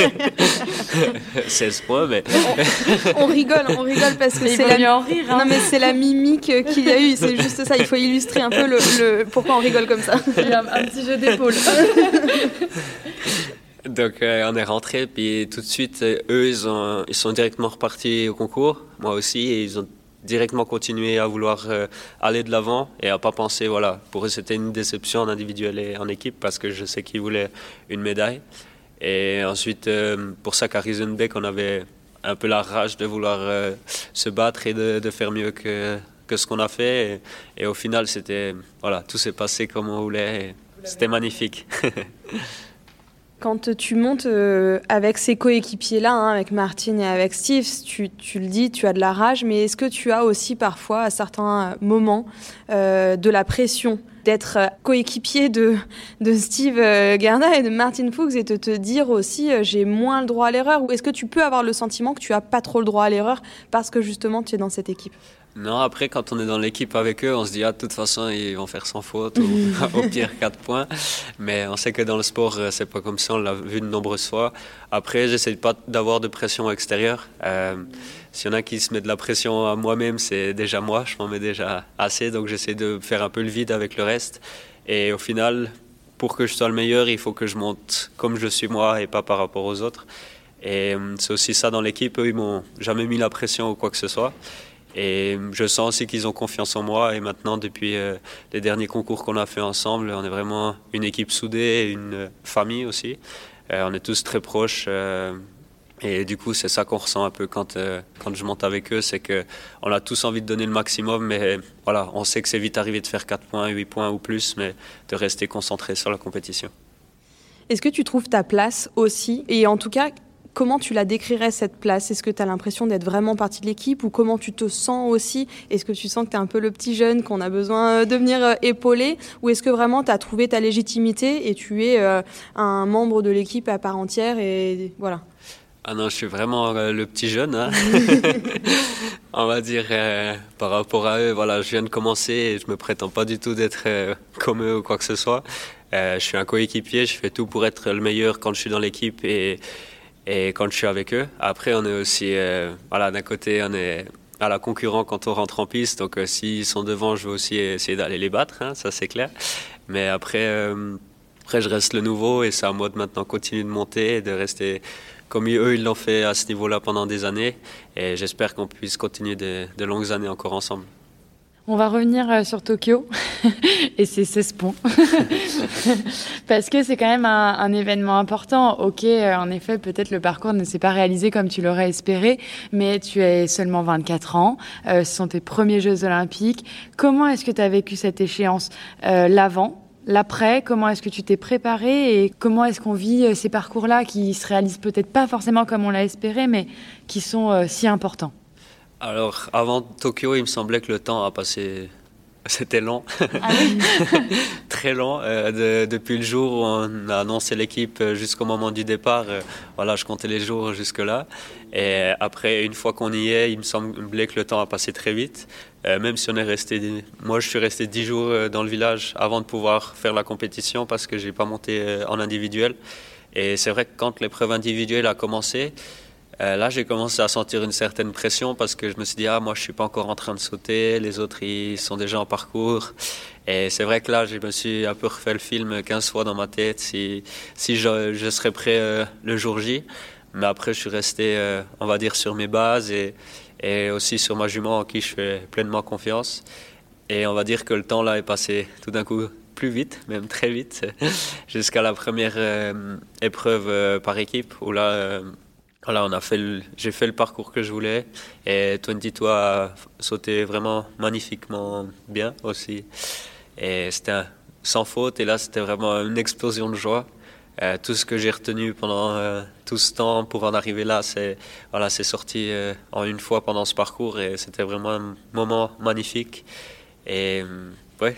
seize points, mais on, on rigole, on rigole parce que mais c'est la... en rire, hein. Non mais c'est la mimique qu'il y a eu, c'est juste ça. Il faut illustrer un peu le, le... pourquoi on rigole comme ça. Il y a un, un petit jeu d'épaule. Donc euh, on est rentré, puis tout de suite, eux, ils, ont, ils sont directement repartis au concours, moi aussi, et ils ont directement continué à vouloir euh, aller de l'avant et à pas penser, voilà, pour eux c'était une déception en individuel et en équipe parce que je sais qu'ils voulaient une médaille. Et ensuite, euh, pour ça qu'à Riesenbeck, on avait un peu la rage de vouloir euh, se battre et de, de faire mieux que, que ce qu'on a fait. Et, et au final, c'était, voilà, tout s'est passé comme on voulait et c'était magnifique. Quand tu montes euh, avec ces coéquipiers-là, hein, avec Martin et avec Steve, tu, tu le dis, tu as de la rage, mais est-ce que tu as aussi parfois, à certains moments, euh, de la pression d'être coéquipier de, de Steve Gerda et de Martin Fuchs et de te dire aussi euh, j'ai moins le droit à l'erreur, ou est-ce que tu peux avoir le sentiment que tu n'as pas trop le droit à l'erreur parce que justement tu es dans cette équipe? Non, après, quand on est dans l'équipe avec eux, on se dit, ah, de toute façon, ils vont faire sans faute, ou au pire, quatre points. Mais on sait que dans le sport, c'est pas comme ça, on l'a vu de nombreuses fois. Après, j'essaie pas d'avoir de pression extérieure. Euh, S'il y en a qui se met de la pression à moi-même, c'est déjà moi, je m'en mets déjà assez, donc j'essaie de faire un peu le vide avec le reste. Et au final, pour que je sois le meilleur, il faut que je monte comme je suis moi et pas par rapport aux autres. Et c'est aussi ça dans l'équipe, eux, ils m'ont jamais mis la pression ou quoi que ce soit. Et je sens aussi qu'ils ont confiance en moi. Et maintenant, depuis euh, les derniers concours qu'on a fait ensemble, on est vraiment une équipe soudée, une famille aussi. Euh, on est tous très proches. Euh, et du coup, c'est ça qu'on ressent un peu quand, euh, quand je monte avec eux. C'est qu'on a tous envie de donner le maximum. Mais voilà, on sait que c'est vite arrivé de faire quatre points, huit points ou plus, mais de rester concentré sur la compétition. Est-ce que tu trouves ta place aussi? Et en tout cas, comment tu la décrirais, cette place? Est-ce que tu as l'impression d'être vraiment partie de l'équipe, ou comment tu te sens aussi? Est-ce que tu sens que tu es un peu le petit jeune qu'on a besoin de venir épauler, ou est-ce que vraiment tu as trouvé ta légitimité et tu es euh, un membre de l'équipe à part entière et voilà? Ah non, je suis vraiment euh, le petit jeune, hein. On va dire, euh, par rapport à eux, voilà, je viens de commencer et je me prétends pas du tout d'être euh, comme eux ou quoi que ce soit. Euh, je suis un coéquipier, je fais tout pour être le meilleur quand je suis dans l'équipe et Et quand je suis avec eux. Après, on est aussi, euh, voilà, d'un côté, on est à la concurrent quand on rentre en piste. Donc, euh, s'ils sont devant, je vais aussi essayer d'aller les battre, hein, ça c'est clair. Mais après, euh, après, je reste le nouveau et c'est à moi de maintenant continuer de monter et de rester comme eux, ils l'ont fait à ce niveau-là pendant des années. Et j'espère qu'on puisse continuer de, de longues années encore ensemble. On va revenir sur Tokyo et ces seize points. Parce que c'est quand même un, un événement important. Ok, en effet, peut-être le parcours ne s'est pas réalisé comme tu l'aurais espéré, mais tu as seulement vingt-quatre ans. Euh, ce sont tes premiers Jeux Olympiques. Comment est-ce que tu as vécu cette échéance, euh, l'avant, l'après? Comment est-ce que tu t'es préparé et comment est-ce qu'on vit ces parcours-là qui se réalisent peut-être pas forcément comme on l'a espéré, mais qui sont euh, si importants? Alors, avant Tokyo, il me semblait que le temps a passé... C'était long. Ah oui. Très long. Euh, de, depuis le jour où on a annoncé l'équipe jusqu'au moment du départ, euh, voilà, je comptais les jours jusque-là. Et après, une fois qu'on y est, il me semblait que le temps a passé très vite. Euh, même si on est resté... Moi, je suis resté dix jours dans le village avant de pouvoir faire la compétition parce que je n'ai pas monté en individuel. Et c'est vrai que quand l'épreuve individuelle a commencé... Euh, là, j'ai commencé à sentir une certaine pression parce que je me suis dit, ah, moi, je suis pas encore en train de sauter, les autres, ils sont déjà en parcours. Et c'est vrai que là, je me suis un peu refait le film quinze fois dans ma tête si, si je, je serais prêt euh, le jour J. Mais après, je suis resté, euh, on va dire, sur mes bases et, et aussi sur ma jument en qui je fais pleinement confiance. Et on va dire que le temps là est passé tout d'un coup plus vite, même très vite, jusqu'à la première euh, épreuve euh, par équipe où là, euh, voilà, on a fait le, j'ai fait le parcours que je voulais et vingt-deux a sauté vraiment magnifiquement bien aussi. Et c'était un, sans faute et là c'était vraiment une explosion de joie. Euh, tout ce que j'ai retenu pendant euh, tout ce temps pour en arriver là, c'est, voilà, c'est sorti euh, en une fois pendant ce parcours et c'était vraiment un moment magnifique. Et ouais,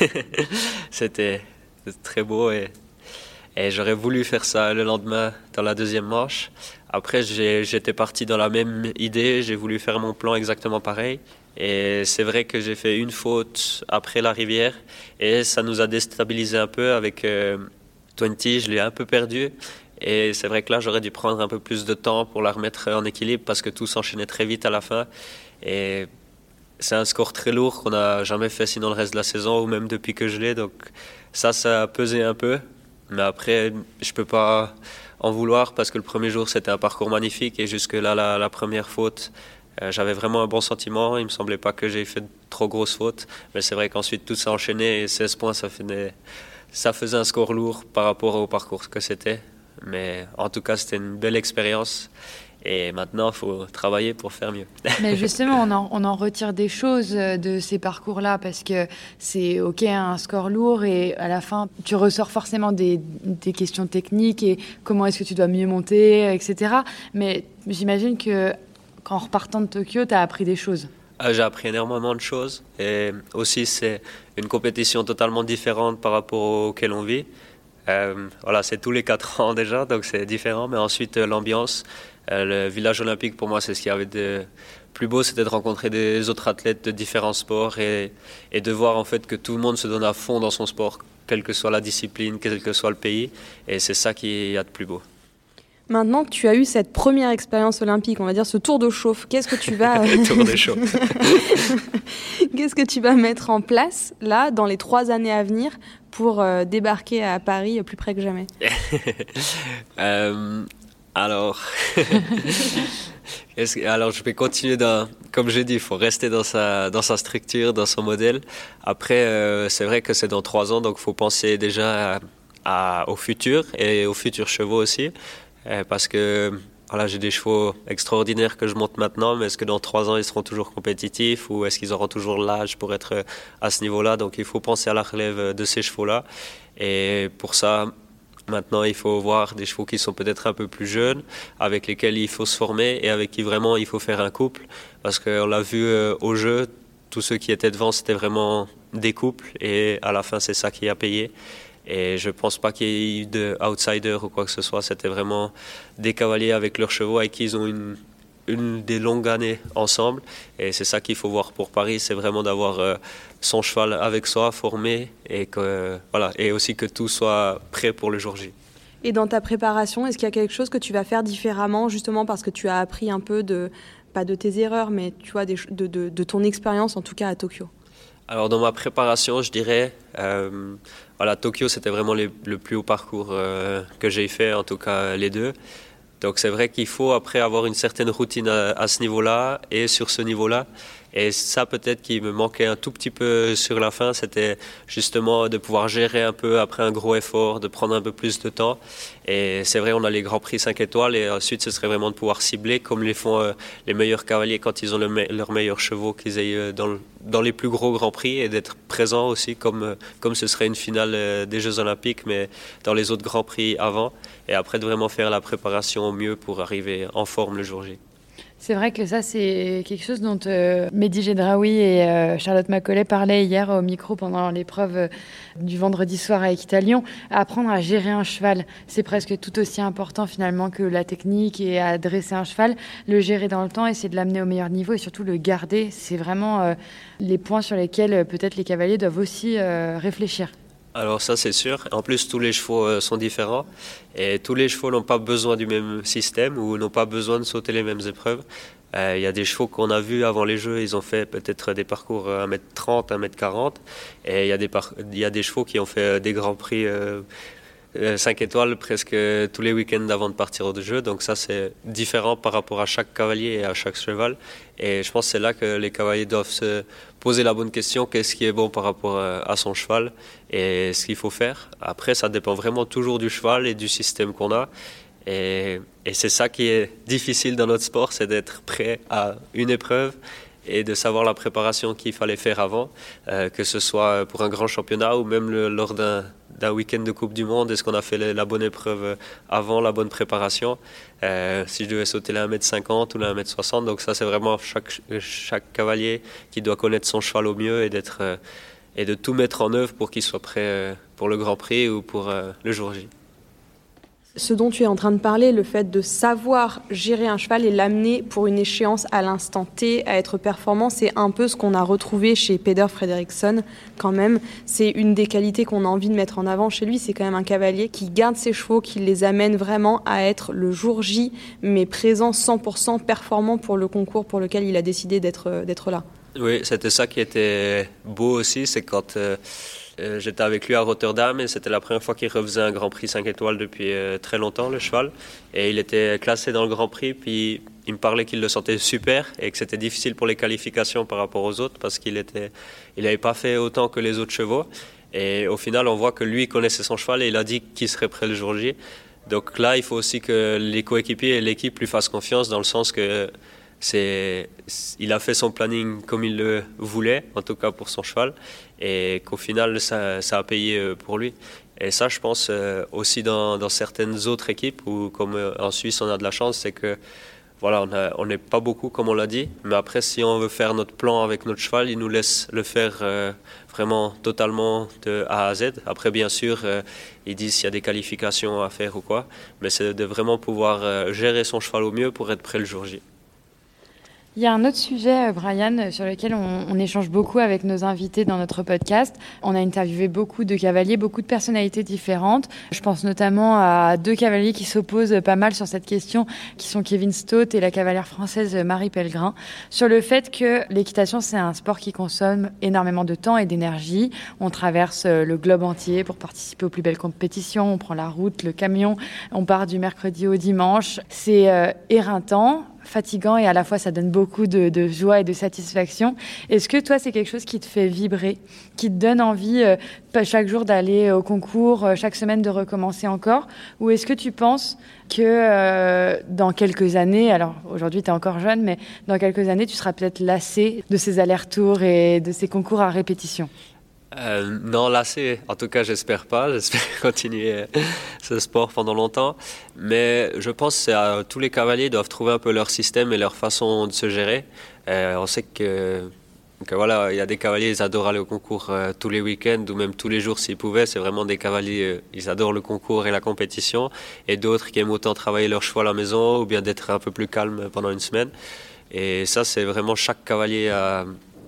c'était, c'était très beau et, et j'aurais voulu faire ça le lendemain dans la deuxième manche. Après, j'ai, j'étais parti dans la même idée, j'ai voulu faire mon plan exactement pareil. Et c'est vrai que j'ai fait une faute après la rivière et ça nous a déstabilisé un peu avec euh, vingt, je l'ai un peu perdu. Et c'est vrai que là, j'aurais dû prendre un peu plus de temps pour la remettre en équilibre parce que tout s'enchaînait très vite à la fin. Et c'est un score très lourd qu'on n'a jamais fait sinon le reste de la saison ou même depuis que je l'ai. Donc ça, ça a pesé un peu. Mais après, je ne peux pas en vouloir parce que le premier jour, c'était un parcours magnifique. Et jusque là, la, la première faute, euh, j'avais vraiment un bon sentiment. Il ne me semblait pas que j'ai fait de trop grosses fautes. Mais c'est vrai qu'ensuite, tout s'est enchaîné et seize points, ça faisait, ça faisait un score lourd par rapport au parcours que c'était. Mais en tout cas, c'était une belle expérience. Et maintenant, il faut travailler pour faire mieux. Mais justement, on en, on en retire des choses de ces parcours-là parce que c'est OK, un score lourd et à la fin, tu ressors forcément des, des questions techniques et comment est-ce que tu dois mieux monter, et cetera. Mais j'imagine qu'en repartant de Tokyo, tu as appris des choses. Euh, j'ai appris énormément de choses et aussi, c'est une compétition totalement différente par rapport auquel on vit. Euh, voilà, c'est tous les quatre ans déjà, donc c'est différent. Mais ensuite, euh, l'ambiance. Euh, le village olympique, pour moi, c'est ce qu'il y avait de plus beau, c'était de rencontrer des autres athlètes de différents sports et, et de voir en fait que tout le monde se donne à fond dans son sport, quelle que soit la discipline, quel que soit le pays. Et c'est ça qu'il y a de plus beau. Maintenant que tu as eu cette première expérience olympique, on va dire ce tour de chauffe, qu'est-ce que tu vas tour de chauffe. Qu'est-ce que tu vas mettre en place là dans les trois années à venir pour euh, débarquer à Paris plus près que jamais? euh, Alors, alors je vais continuer dans, comme j'ai dit, il faut rester dans sa, dans sa structure, dans son modèle. Après, euh, c'est vrai que c'est dans trois ans, donc il faut penser déjà à, à, au futur et aux futurs chevaux aussi. Euh, parce que voilà, j'ai des chevaux extraordinaires que je monte maintenant, mais est-ce que dans trois ans ils seront toujours compétitifs ou est-ce qu'ils auront toujours l'âge pour être à ce niveau-là? Donc il faut penser à la relève de ces chevaux-là. Et pour ça, maintenant, il faut voir des chevaux qui sont peut-être un peu plus jeunes, avec lesquels il faut se former et avec qui vraiment il faut faire un couple. Parce qu'on l'a vu euh, au jeu, tous ceux qui étaient devant, c'était vraiment des couples. Et à la fin, c'est ça qui a payé. Et je ne pense pas qu'il y ait eu d'outsiders ou quoi que ce soit. C'était vraiment des cavaliers avec leurs chevaux, avec qui ils ont une, une des longues années ensemble. Et c'est ça qu'il faut voir pour Paris, c'est vraiment d'avoir euh, son cheval avec soi, formé, et, que, euh, voilà, et aussi que tout soit prêt pour le jour J. Et dans ta préparation, est-ce qu'il y a quelque chose que tu vas faire différemment, justement parce que tu as appris un peu, de, pas de tes erreurs, mais tu vois, des, de, de, de ton expérience, en tout cas à Tokyo? Alors dans ma préparation, je dirais, euh, voilà, Tokyo, c'était vraiment les, le plus haut parcours euh, que j'ai fait, en tout cas les deux. Donc c'est vrai qu'il faut après avoir une certaine routine à, à ce niveau-là et sur ce niveau-là. Et ça peut-être qui me manquait un tout petit peu sur la fin, c'était justement de pouvoir gérer un peu après un gros effort, de prendre un peu plus de temps. Et c'est vrai, on a les Grands Prix cinq étoiles et ensuite ce serait vraiment de pouvoir cibler comme les font euh, les meilleurs cavaliers quand ils ont le me- leurs meilleurs chevaux qu'ils aient euh, dans, le, dans les plus gros Grands Prix et d'être présents aussi comme, euh, comme ce serait une finale euh, des Jeux Olympiques mais dans les autres Grands Prix avant. Et après de vraiment faire la préparation au mieux pour arriver en forme le jour J. C'est vrai que ça, c'est quelque chose dont euh, Mehdi Gedraoui et euh, Charlotte Macaulay parlaient hier au micro pendant l'épreuve euh, du vendredi soir à Equitalion. Apprendre à gérer un cheval, c'est presque tout aussi important finalement que la technique et à dresser un cheval. Le gérer dans le temps, essayer de l'amener au meilleur niveau et surtout le garder, c'est vraiment euh, les points sur lesquels euh, peut-être les cavaliers doivent aussi euh, réfléchir. Alors ça c'est sûr, en plus tous les chevaux euh, sont différents et tous les chevaux n'ont pas besoin du même système ou n'ont pas besoin de sauter les mêmes épreuves. Il euh, y a des chevaux qu'on a vus avant les Jeux, ils ont fait peut-être des parcours un mètre trente, un mètre quarante et il y, par- y a des chevaux qui ont fait des grands prix euh, cinq étoiles presque tous les week-ends avant de partir au jeu. Donc ça, c'est différent par rapport à chaque cavalier et à chaque cheval. Et je pense que c'est là que les cavaliers doivent se poser la bonne question, qu'est-ce qui est bon par rapport à son cheval et ce qu'il faut faire. Après, ça dépend vraiment toujours du cheval et du système qu'on a. Et, et c'est ça qui est difficile dans notre sport, c'est d'être prêt à une épreuve et de savoir la préparation qu'il fallait faire avant, euh, que ce soit pour un grand championnat ou même le, lors d'un, d'un week-end de Coupe du Monde. Est-ce qu'on a fait la bonne épreuve avant, la bonne préparation, euh, si je devais sauter la un mètre cinquante ou la un mètre soixante. Donc ça, c'est vraiment chaque, chaque cavalier qui doit connaître son cheval au mieux et, d'être, euh, et de tout mettre en œuvre pour qu'il soit prêt euh, pour le Grand Prix ou pour euh, le jour J. Ce dont tu es en train de parler, le fait de savoir gérer un cheval et l'amener pour une échéance à l'instant T, à être performant, c'est un peu ce qu'on a retrouvé chez Peder Fredriksson quand même. C'est une des qualités qu'on a envie de mettre en avant chez lui. C'est quand même un cavalier qui garde ses chevaux, qui les amène vraiment à être le jour J, mais présent cent pour cent, performant pour le concours pour lequel il a décidé d'être, d'être là. Oui, c'était ça qui était beau aussi, c'est quand... Euh... Euh, j'étais avec lui à Rotterdam et c'était la première fois qu'il refaisait un Grand Prix cinq étoiles depuis euh, très longtemps, le cheval. Et il était classé dans le Grand Prix, puis il me parlait qu'il le sentait super et que c'était difficile pour les qualifications par rapport aux autres parce qu'il était, il n'avait pas fait autant que les autres chevaux. Et au final, on voit que lui connaissait son cheval et il a dit qu'il serait prêt le jour J. Donc là, il faut aussi que les coéquipiers et l'équipe lui fassent confiance dans le sens que c'est, il a fait son planning comme il le voulait, en tout cas pour son cheval, et qu'au final, ça, ça a payé pour lui. Et ça, je pense aussi dans, dans certaines autres équipes, où comme en Suisse, on a de la chance, c'est que voilà, on n'est pas beaucoup, comme on l'a dit, mais après, si on veut faire notre plan avec notre cheval, il nous laisse le faire euh, vraiment totalement de A à Z. Après, bien sûr, euh, ils disent s'il y a des qualifications à faire ou quoi, mais c'est de vraiment pouvoir euh, gérer son cheval au mieux pour être prêt le jour J. Il y a un autre sujet, Brian, sur lequel on, on échange beaucoup avec nos invités dans notre podcast. On a interviewé beaucoup de cavaliers, beaucoup de personnalités différentes. Je pense notamment à deux cavaliers qui s'opposent pas mal sur cette question, qui sont Kevin Stott et la cavalière française Marie Pellegrin, sur le fait que l'équitation, c'est un sport qui consomme énormément de temps et d'énergie. On traverse le globe entier pour participer aux plus belles compétitions. On prend la route, le camion. On part du mercredi au dimanche. C'est euh, éreintant, fatigant et à la fois ça donne beaucoup de, de joie et de satisfaction. Est-ce que toi c'est quelque chose qui te fait vibrer, qui te donne envie euh, chaque jour d'aller au concours, euh, chaque semaine de recommencer encore, ou est-ce que tu penses que euh, dans quelques années, alors aujourd'hui tu es encore jeune, mais dans quelques années tu seras peut-être lassé de ces allers-retours et de ces concours à répétition? Euh, non, là, c'est, en tout cas, j'espère pas. J'espère continuer ce sport pendant longtemps. Mais je pense que euh, tous les cavaliers doivent trouver un peu leur système et leur façon de se gérer. Euh, on sait que, que voilà, il y a des cavaliers, ils adorent aller au concours euh, tous les week-ends ou même tous les jours s'ils pouvaient. C'est vraiment des cavaliers, euh, ils adorent le concours et la compétition. Et d'autres qui aiment autant travailler leur cheval à la maison ou bien d'être un peu plus calme pendant une semaine. Et ça, c'est vraiment chaque cavalier à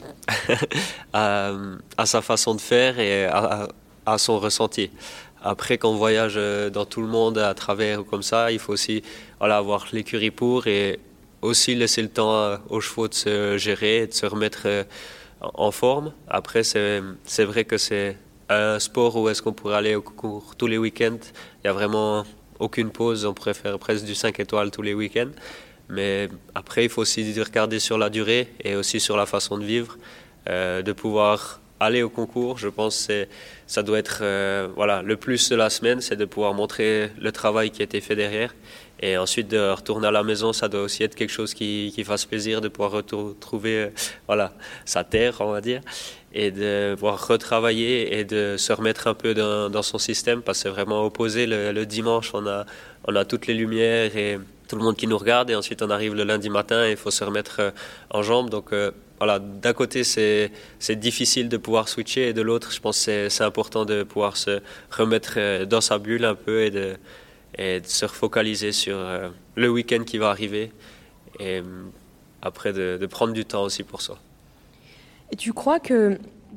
à, à sa façon de faire et à, à son ressenti. Après, quand on voyage dans tout le monde à travers ou comme ça, il faut aussi voilà, avoir l'écurie pour et aussi laisser le temps aux chevaux de se gérer et de se remettre en forme. Après, c'est, c'est vrai que c'est un sport où est-ce qu'on pourrait aller au concours tous les week-ends. Il n'y a vraiment aucune pause, on pourrait faire presque du cinq étoiles tous les week-ends. Mais après, il faut aussi regarder sur la durée et aussi sur la façon de vivre, euh, de pouvoir aller au concours. Je pense que c'est, ça doit être euh, voilà, le plus de la semaine, c'est de pouvoir montrer le travail qui a été fait derrière. Et ensuite, de retourner à la maison, ça doit aussi être quelque chose qui, qui fasse plaisir, de pouvoir retrouver euh, voilà, sa terre, on va dire, et de pouvoir retravailler et de se remettre un peu dans, dans son système, parce que c'est vraiment opposé. Le, le dimanche, on a, on a toutes les lumières et tout le monde qui nous regarde, et ensuite on arrive le lundi matin et il faut se remettre en jambes. Donc euh, voilà, d'un côté c'est, c'est difficile de pouvoir switcher, et de l'autre je pense que c'est, c'est important de pouvoir se remettre dans sa bulle un peu et de, et de se refocaliser sur euh, le week-end qui va arriver, et après de, de prendre du temps aussi pour ça. Et tu crois que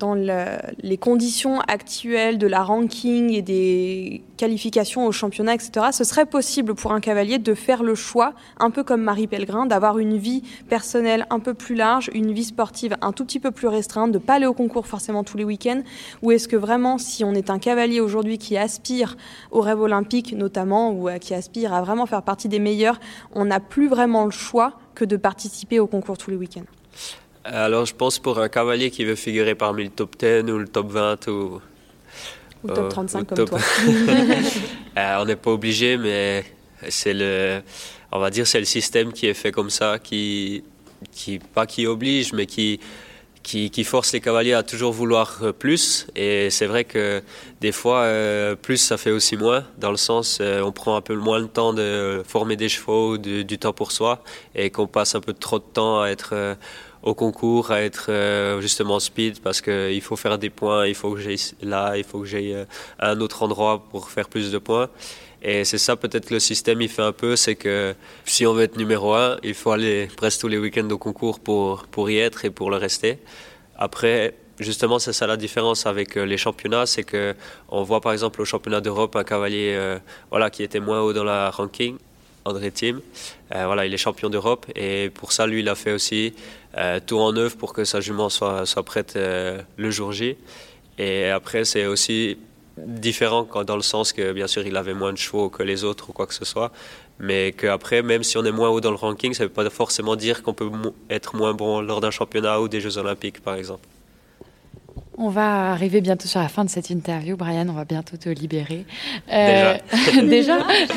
dans le, les conditions actuelles de la ranking et des qualifications au championnat, et cetera, ce serait possible pour un cavalier de faire le choix, un peu comme Marie Pellegrin, d'avoir une vie personnelle un peu plus large, une vie sportive un tout petit peu plus restreinte, de ne pas aller au concours forcément tous les week-ends? Ou est-ce que vraiment, si on est un cavalier aujourd'hui qui aspire au rêve olympique notamment, ou euh, qui aspire à vraiment faire partie des meilleurs, on n'a plus vraiment le choix que de participer au concours tous les week-ends? Alors, je pense pour un cavalier qui veut figurer parmi le top dix ou le top vingt ou... Ou le top trente-cinq comme top... toi. euh, on n'est pas obligé, mais c'est le... On va dire c'est le système qui est fait comme ça, qui, qui pas qui oblige, mais qui... Qui, qui force les cavaliers à toujours vouloir plus. Et c'est vrai que des fois, euh, plus ça fait aussi moins, dans le sens euh, on prend un peu moins le temps de former des chevaux, du, du temps pour soi, et qu'on passe un peu trop de temps à être euh, au concours, à être euh, justement speed, parce qu'il faut faire des points, il faut que j'aille là, il faut que j'aille euh, à un autre endroit pour faire plus de points. Et c'est ça peut-être le système il fait un peu, c'est que si on veut être numéro un, il faut aller presque tous les week-ends au concours pour, pour y être et pour le rester. Après, justement, c'est ça la différence avec les championnats, c'est qu'on voit par exemple au championnat d'Europe un cavalier euh, voilà, qui était moins haut dans la ranking, André Thiem. Euh, voilà, il est champion d'Europe et pour ça, lui, il a fait aussi euh, tout en œuvre pour que sa jument soit, soit prête euh, le jour J. Et après, c'est aussi différent dans le sens que bien sûr il avait moins de chevaux que les autres ou quoi que ce soit, mais qu'après même si on est moins haut dans le ranking, ça ne veut pas forcément dire qu'on peut être moins bon lors d'un championnat ou des Jeux Olympiques par exemple. On va arriver bientôt sur la fin de cette interview, Brian, on va bientôt te libérer. Euh, déjà Déjà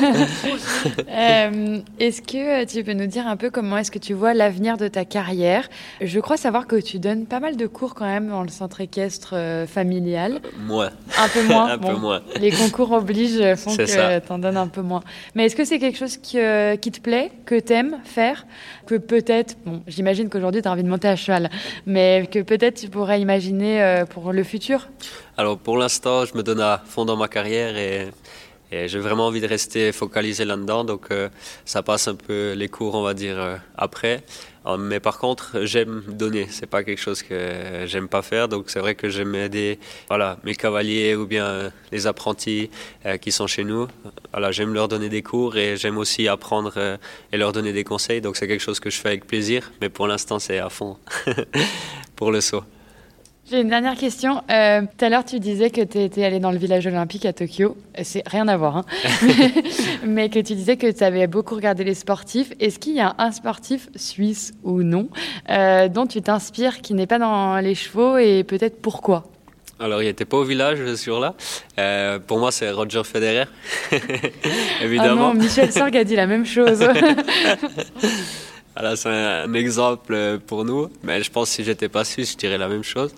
euh, Est-ce que tu peux nous dire un peu comment est-ce que tu vois l'avenir de ta carrière? Je crois savoir que tu donnes pas mal de cours quand même dans le centre équestre euh, familial. Euh, moins. Un peu moins Un bon, peu moins. Les concours obligent, font c'est que tu en donnes un peu moins. Mais est-ce que c'est quelque chose qui, euh, qui te plaît, que tu aimes faire? Que peut-être, bon, j'imagine qu'aujourd'hui tu as envie de monter à cheval, mais que peut-être tu pourrais imaginer euh, pour le futur? Alors pour l'instant, je me donne à fond dans ma carrière et, et j'ai vraiment envie de rester focalisé là-dedans. Donc euh, ça passe un peu les cours, on va dire, euh, après. Euh, mais par contre, j'aime donner. C'est pas quelque chose que j'aime pas faire. Donc c'est vrai que j'aime aider voilà, mes cavaliers ou bien euh, les apprentis euh, qui sont chez nous. Voilà, j'aime leur donner des cours et j'aime aussi apprendre euh, et leur donner des conseils. Donc c'est quelque chose que je fais avec plaisir. Mais pour l'instant, c'est à fond pour le saut. J'ai une dernière question. Euh, tout à l'heure, tu disais que tu étais allé dans le village olympique à Tokyo. C'est rien à voir, hein. Mais que tu disais que tu avais beaucoup regardé les sportifs. Est-ce qu'il y a un sportif, suisse ou non, euh, dont tu t'inspires, qui n'est pas dans les chevaux et peut-être pourquoi? Alors, il n'était pas au village ce jour-là. Euh, pour moi, c'est Roger Federer, évidemment. Ah non, Michel Sorg a dit la même chose. Voilà, c'est un exemple pour nous, mais je pense que si j'étais pas suisse, je dirais la même chose.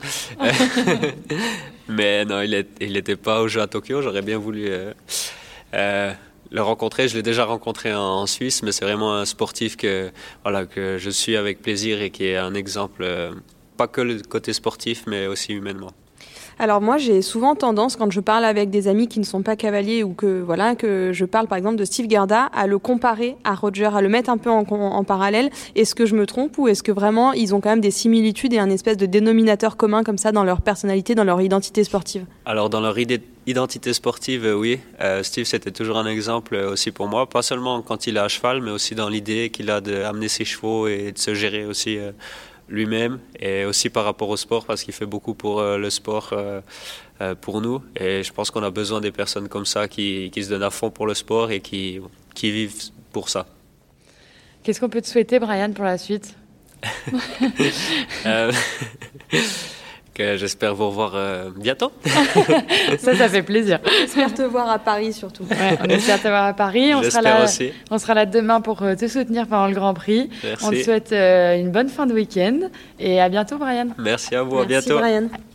Mais non, il n'était pas au jeu à Tokyo, j'aurais bien voulu euh, euh, le rencontrer. Je l'ai déjà rencontré en, en Suisse, mais c'est vraiment un sportif que, voilà, que je suis avec plaisir et qui est un exemple, euh, pas que le côté sportif, mais aussi humainement. Alors moi, j'ai souvent tendance, quand je parle avec des amis qui ne sont pas cavaliers ou que voilà que je parle par exemple de Steve Gerda, à le comparer à Roger, à le mettre un peu en, en parallèle. Est-ce que je me trompe ou est-ce que vraiment ils ont quand même des similitudes et un espèce de dénominateur commun comme ça dans leur personnalité, dans leur identité sportive? Alors dans leur idée identité sportive, oui. Euh, Steve, c'était toujours un exemple aussi pour moi, pas seulement quand il est à cheval, mais aussi dans l'idée qu'il a d'amener ses chevaux et de se gérer aussi euh, lui-même, et aussi par rapport au sport, parce qu'il fait beaucoup pour euh, le sport euh, euh, pour nous. Et je pense qu'on a besoin des personnes comme ça qui, qui se donnent à fond pour le sport et qui, qui vivent pour ça. Qu'est-ce qu'on peut te souhaiter, Brian, pour la suite? euh... que j'espère vous revoir euh, bientôt. Ça, ça fait plaisir. On espère te voir à Paris surtout. Ouais, on espère te voir à Paris. On j'espère sera là, aussi. On sera là demain pour te soutenir pendant le Grand Prix. Merci. On te souhaite euh, une bonne fin de week-end et à bientôt, Brian. Merci à vous, Merci, à bientôt. Brian.